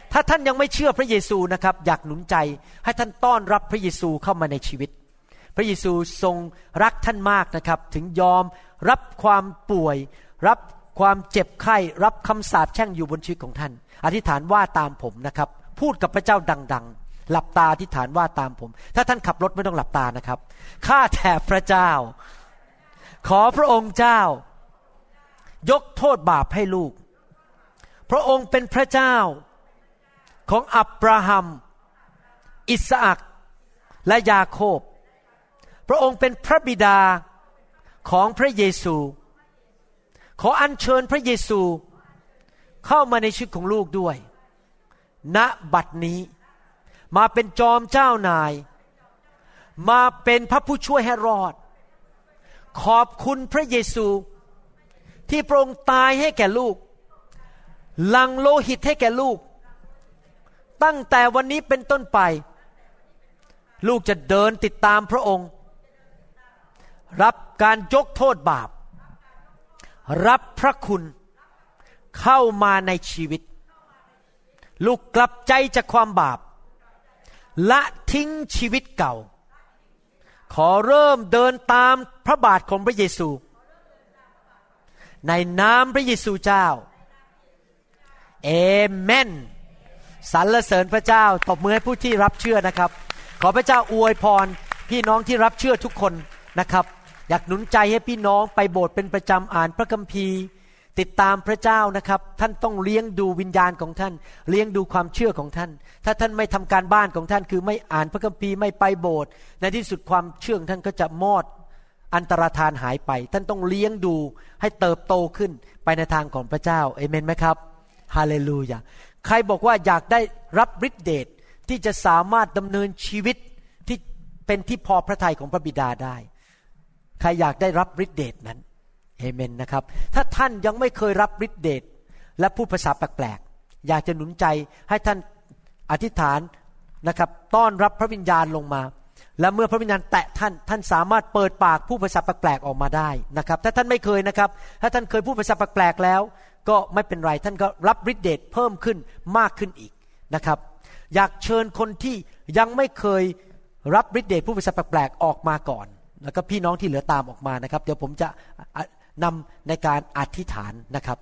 ถ้าท่านยังไม่เชื่อพระเยซูนะครับอยากหนุนใจให้ท่านต้อนรับพระเยซูเข้ามาในชีวิตพระเยซูทรงรักท่านมากนะครับถึงยอมรับความป่วยรับความเจ็บไข้รับคำสาปแช่งอยู่บนชีวิตของท่านอธิษฐานว่าตามผมนะครับพูดกับพระเจ้าดังๆหลับตาอธิษฐานว่าตามผมถ้าท่านขับรถไม่ต้องหลับตานะครับข้าแต่พระเจ้าขอพระองค์เจ้ายกโทษบาปให้ลูกพระองค์เป็นพระเจ้าของอับราฮัมอิสอัคและยาโคบพระองค์เป็นพระบิดาของพระเยซูขออัญเชิญพระเยซูเข้ามาในชีวิตของลูกด้วยณบัดนี้มาเป็นจอมเจ้านายมาเป็นพระผู้ช่วยให้รอดขอบคุณพระเยซูที่พระองค์ตายให้แก่ลูกหลั่งโลหิตให้แก่ลูกตั้งแต่วันนี้เป็นต้นไปลูกจะเดินติดตามพระองค์รับการยกโทษบาปรับพระคุณเข้ามาในชีวิตลูกกลับใจจากความบาปละทิ้งชีวิตเก่าขอเริ่มเดินตามพระบาทของพระเยซูในนามพระเยซูเจ้าเอเมนสรรเสริญพระเจ้าตบมือให้ผู้ที่รับเชื่อนะครับขอพระเจ้าอวยพรพี่น้องที่รับเชื่อทุกคนนะครับอยากหนุนใจให้พี่น้องไปโบสถ์เป็นประจำอ่านพระคัมภีร์ติดตามพระเจ้านะครับท่านต้องเลี้ยงดูวิญญาณของท่านเลี้ยงดูความเชื่อของท่านถ้าท่านไม่ทำการบ้านของท่านคือไม่อ่านพระคัมภีร์ไม่ไปโบสถ์ในที่สุดความเชื่อของท่านก็จะมอดอันตรธานหายไปท่านต้องเลี้ยงดูให้เติบโตขึ้นไปในทางของพระเจ้าเอเมนไหมครับฮาเลลูยาใครบอกว่าอยากได้รับฤทธิเดชที่จะสามารถดำเนินชีวิตที่เป็นที่พอพระทัยของพระบิดาได้ใครอยากได้รับฤทธิเดชนั้นเอเมนนะครับถ้าท่านยังไม่เคยรับฤทธิเดชและพูดภาษาแปลกๆอยากจะหนุนใจให้ท่านอธิษฐานนะครับต้อนรับพระวิญญาณลงมาและเมื่อพระวิญญาณแตะท่านสามารถเปิดปากพูดภาษาแปลกๆออกมาได้นะครับถ้าท่านไม่เคยนะครับถ้าท่านเคยพูดภาษาแปลกๆแล้วก็ไม่เป็นไรท่านก็รับฤทธิเดชเพิ่มขึ้นมากขึ้นอีกนะครับอยากเชิญคนที่ยังไม่เคยรับฤทธิเดชพูดภาษาแปลกๆออกมาก่อนแล้วก็พี่น้องที่เหลือตามออกมานะครับเดี๋ยวผมจะนำในการอธิษฐานนะครับ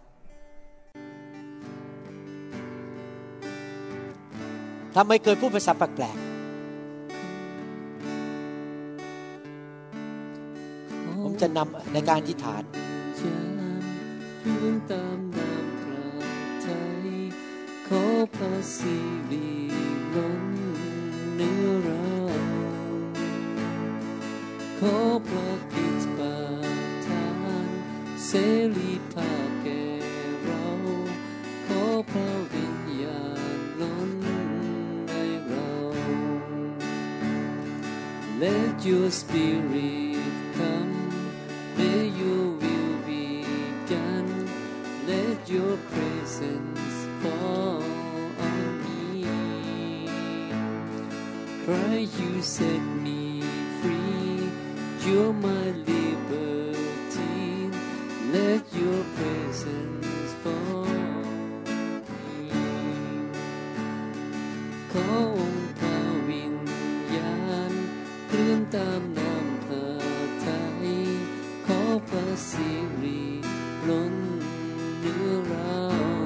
ถ้าไม่เคยพูดภาษาแปลกๆผมจะนำในการอธิษฐานตามนามพระทัยขอพระสิริล้นเหนือเราขอพระกิจประทานเสรีภาพแก่เราขอพระวิญญาณล้นในเรา Let your spirit come may your will be done Let your presence fall on me Christ you set me free You're my liberty Let your presence fall on me ขอองค์พระวิญญาณเคลื่อนตามนามพระทัยขอพระสิริล้นเหนือเรา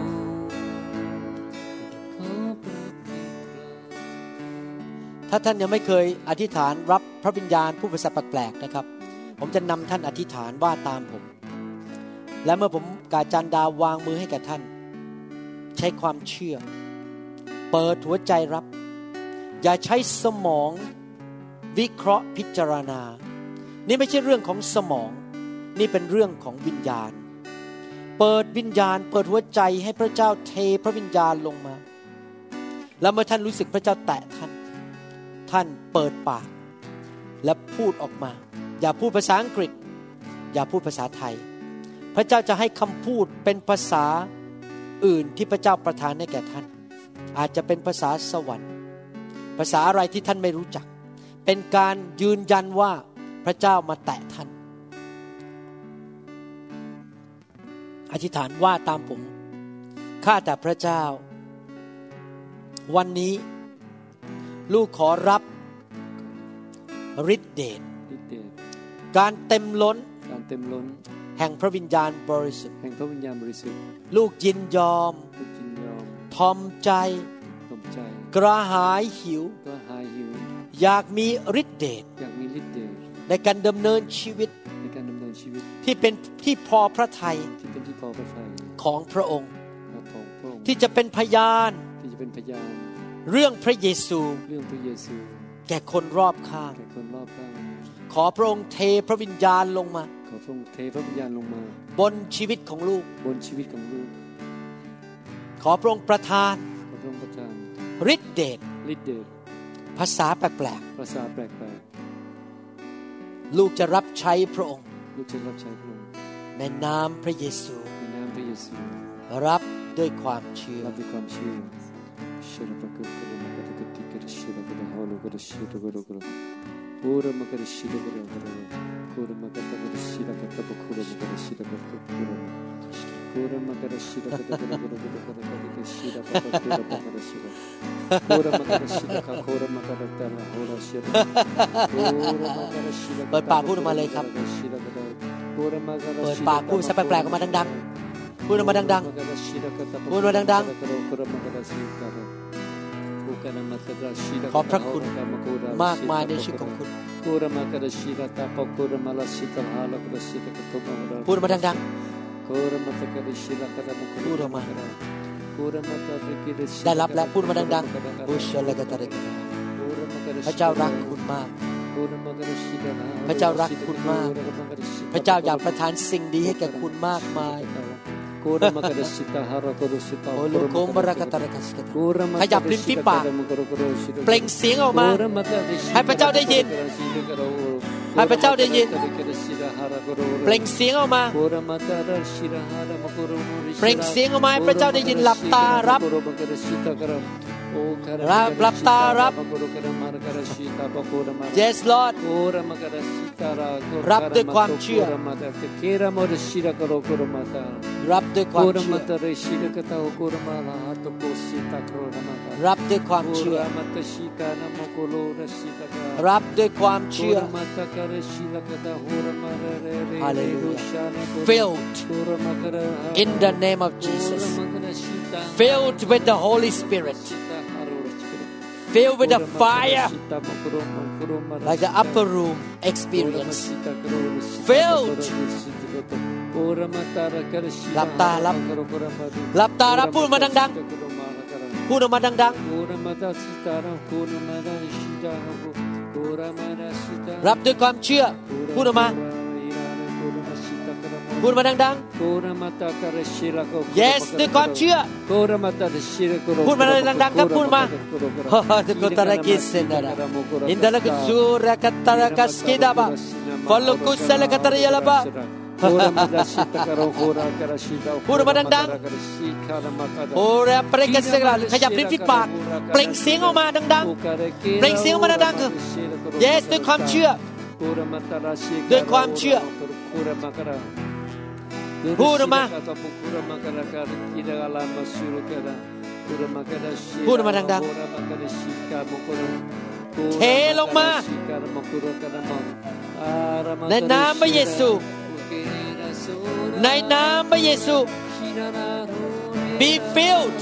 ขอพระกิจถ้าท่านยังไม่เคยอธิษฐานรับพระวิญญาณผู้ภาษาแปลกๆนะครับผมจะนำท่านอธิษฐานว่าตามผมและเมื่อผมกาจันดาวางมือให้กับท่านใช้ความเชื่อเปิดหัวใจรับอย่าใช้สมองวิเคราะห์พิจารณานี่ไม่ใช่เรื่องของสมองนี่เป็นเรื่องของวิญญาณเปิดวิญญาณเปิดหัวใจให้พระเจ้าเทพระวิญญาณลงมาแล้วเมื่อท่านรู้สึกพระเจ้าแตะท่านเปิดปากและพูดออกมาอย่าพูดภาษาอังกฤษอย่าพูดภาษาไทยพระเจ้าจะให้คำพูดเป็นภาษาอื่นที่พระเจ้าประทานให้แก่ท่านอาจจะเป็นภาษาสวรรค์ภาษาอะไรที่ท่านไม่รู้จักเป็นการยืนยันว่าพระเจ้ามาแตะท่านอธิษฐานว่าตามผมข้าแต่พระเจ้าวันนี้ลูกขอรับฤทธิเดชฤทธิเดชการเต็มล้นการเต็มล้นแห่งพระวิญญาณบริสุทธิ์แห่งพระวิญญาณบริสุทธิ์ลูกยินยอมลูกยินยอมทอมใจกระหายหิวอยากมีฤทธิเดชในการดำเนินชีวิตที่เป็นที่พอพระทัยของพระองค์ที่จะเป็นพยานเรื่องพระเยซูแก่คนรอบข้างขอพระองค์เทพระวิญญาณลงมาบนชีวิตของลูกขอพระองค์ประทานฤทธิเดชภาษาแปลกๆลูกจะรับใช้พระองค์ในนามพระเยซูรับด้วยความเชื่อเปิดปากพูดออกมาเลยครับเปิดปากพูดสับแปลกๆออกมาดังๆพูดออกมาดังๆพูดออกมาดังๆขอบพระคุณมากมายในชีวิตของคุณพูดออกมาดังๆพูดออกมาได้รับแล้วพูดมาดังๆพระเจ้ารักคุณมากพระเจ้ารักคุณมากพระเจ้าอยากประทานสิ่งดีให้แก่คุณมากมายขยับลิ้นฝีปากเปล่งเสียงออกมาให้พระเจ้าได้ยินให้พระเจ้าได้ยินเปล่งเสียงออกมาเปล่งเสียงออกมาให้พระเจ้าได้ยินหลับตารับหลับตารับ Yes Lord รับด้วยความเชื่อรับด้วยความเชื่อรับด้วยความเชื่อรับด้วยความเชื่อ Hallelujah filled in the name of Jesus filled with the Holy Spirit filled with the fire like the upper room experience filled หลับตารับพูดมาดังๆพูดออกมาดังๆรับด้วยความเชื่อพูดออกมาพูดมาดังๆ Yes ด้วยความเชื่อพูดมาดังๆครับพูดมาตุกตะระกิสเนระอินดะละกุซูระกัตระกัสกิดาบะฟอลกุสละกัตระยะละบะพูดมาดังๆโอเรเปรกเสกขยับลิ้นฝีปากเปล่งเสียงออกมาดังๆเปล่งเสียงออกมาดังๆ Yes ด้วยความเชื่อด้วยความเชื่อพูดออกมาพูดออกมาดังๆเทลงมาในนามพระเยซูในนามพระเยซู be filled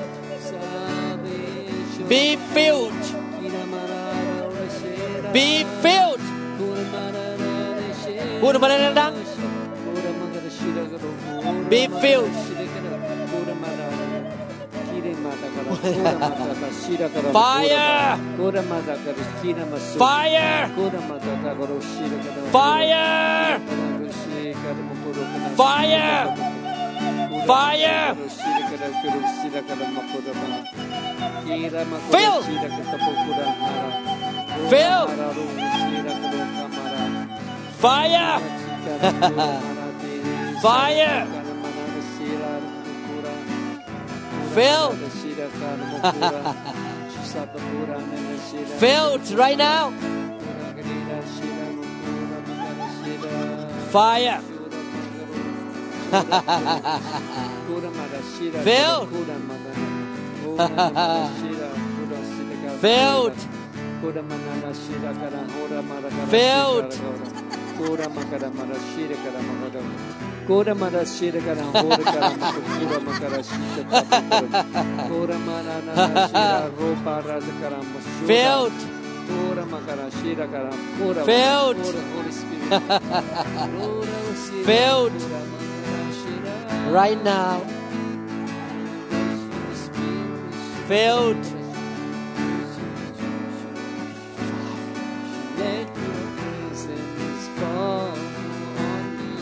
be filled be filled พูดออกมาดังๆBe filled. Fire. Fire. Fire. Fire. Fire. Fill. Fill. Fire. Fire. Filled. Filled right now. Fire. Filled. Filled. Filled. Filled. Filled. Filled. Right now. Filled. Let your presence fall on me.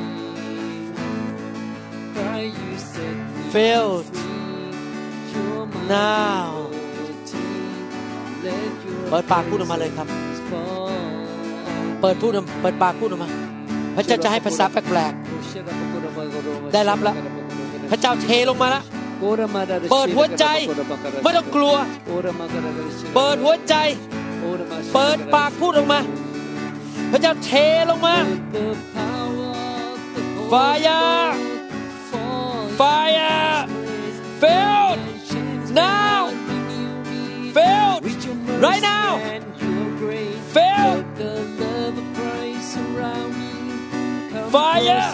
Why you set me Filled. free? You're my Now. liberty. Let your เปิดปากพูดออกมาเลยครับ presence fall. เปิดปากพูดออกมาพระเจ้าจะให้ภาษาแปลกๆได้รับแล้วพระเจ้าเทลงมาแล้วเปิดหัวใจไม่ต้องกลัวเปิดหัวใจเปิดปากพูดออกมาพระเจ้าเทลงมา Fire Fire Filled Now Filled Right now Filled Fire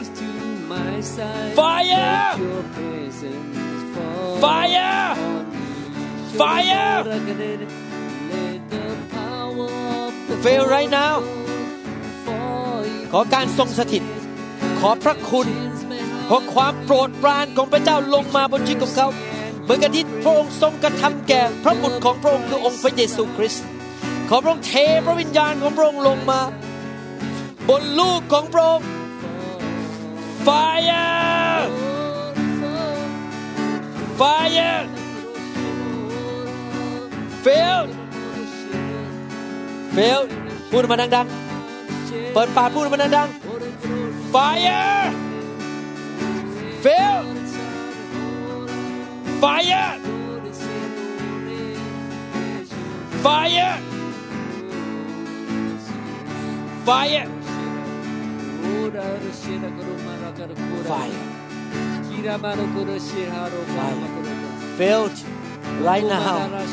Fire Fire Fire Fill right now ขอการทรงสถิตขอพระคุณขอความโปรดปรานของพระเจ้าลงมาบนชีวิตของเขาเหมือนกับที่พระองค์ทรงกระทำแก่พระบุตรของพระองค์คือองค์พระเยซูคริสต์ขอพระองค์เทพระวิญญาณของพระองค์ลงมาบนลูกของพระองค์ Fire Fire Filled Filled พูดมาดังๆเปิดปากพูดมาดังๆ Fire Filled Fire Fire Fire Fire Filled right now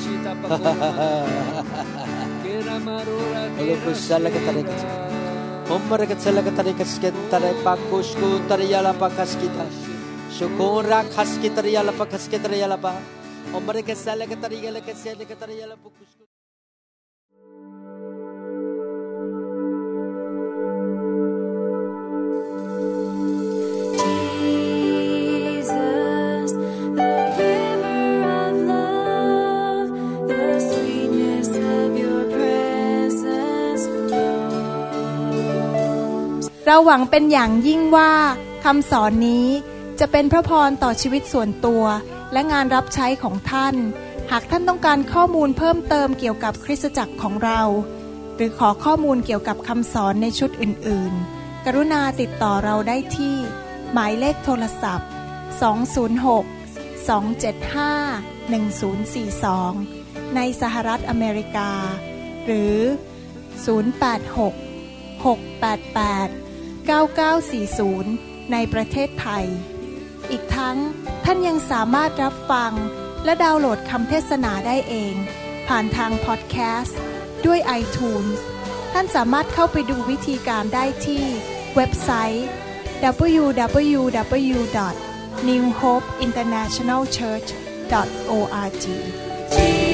Syukura kaski teriyala pa kaski teriyala pa. Omare kesala ketariyala kesala ketariyala pukusku. Jesus, the river of love, the sweetness of your presence flows. เราหวังเป็นอย่างยิ่งว่าคำสอนนี้จะเป็นพระพรต่อชีวิตส่วนตัวและงานรับใช้ของท่านหากท่านต้องการข้อมูลเพิ่มเติมเกี่ยวกับคริสตจักรของเราหรือขอข้อมูลเกี่ยวกับคำสอนในชุดอื่นๆกรุณาติดต่อเราได้ที่หมายเลขโทรศัพท์206-275-1042ในสหรัฐอเมริกาหรือ086-688-9940ในประเทศไทยอีกทั้งท่านยังสามารถรับฟังและดาวน์โหลดคำเทศนาได้เองผ่านทางพอดแคสต์ด้วย iTunes ท่านสามารถเข้าไปดูวิธีการได้ที่เว็บไซต์ www.newhopeinternationalchurch.org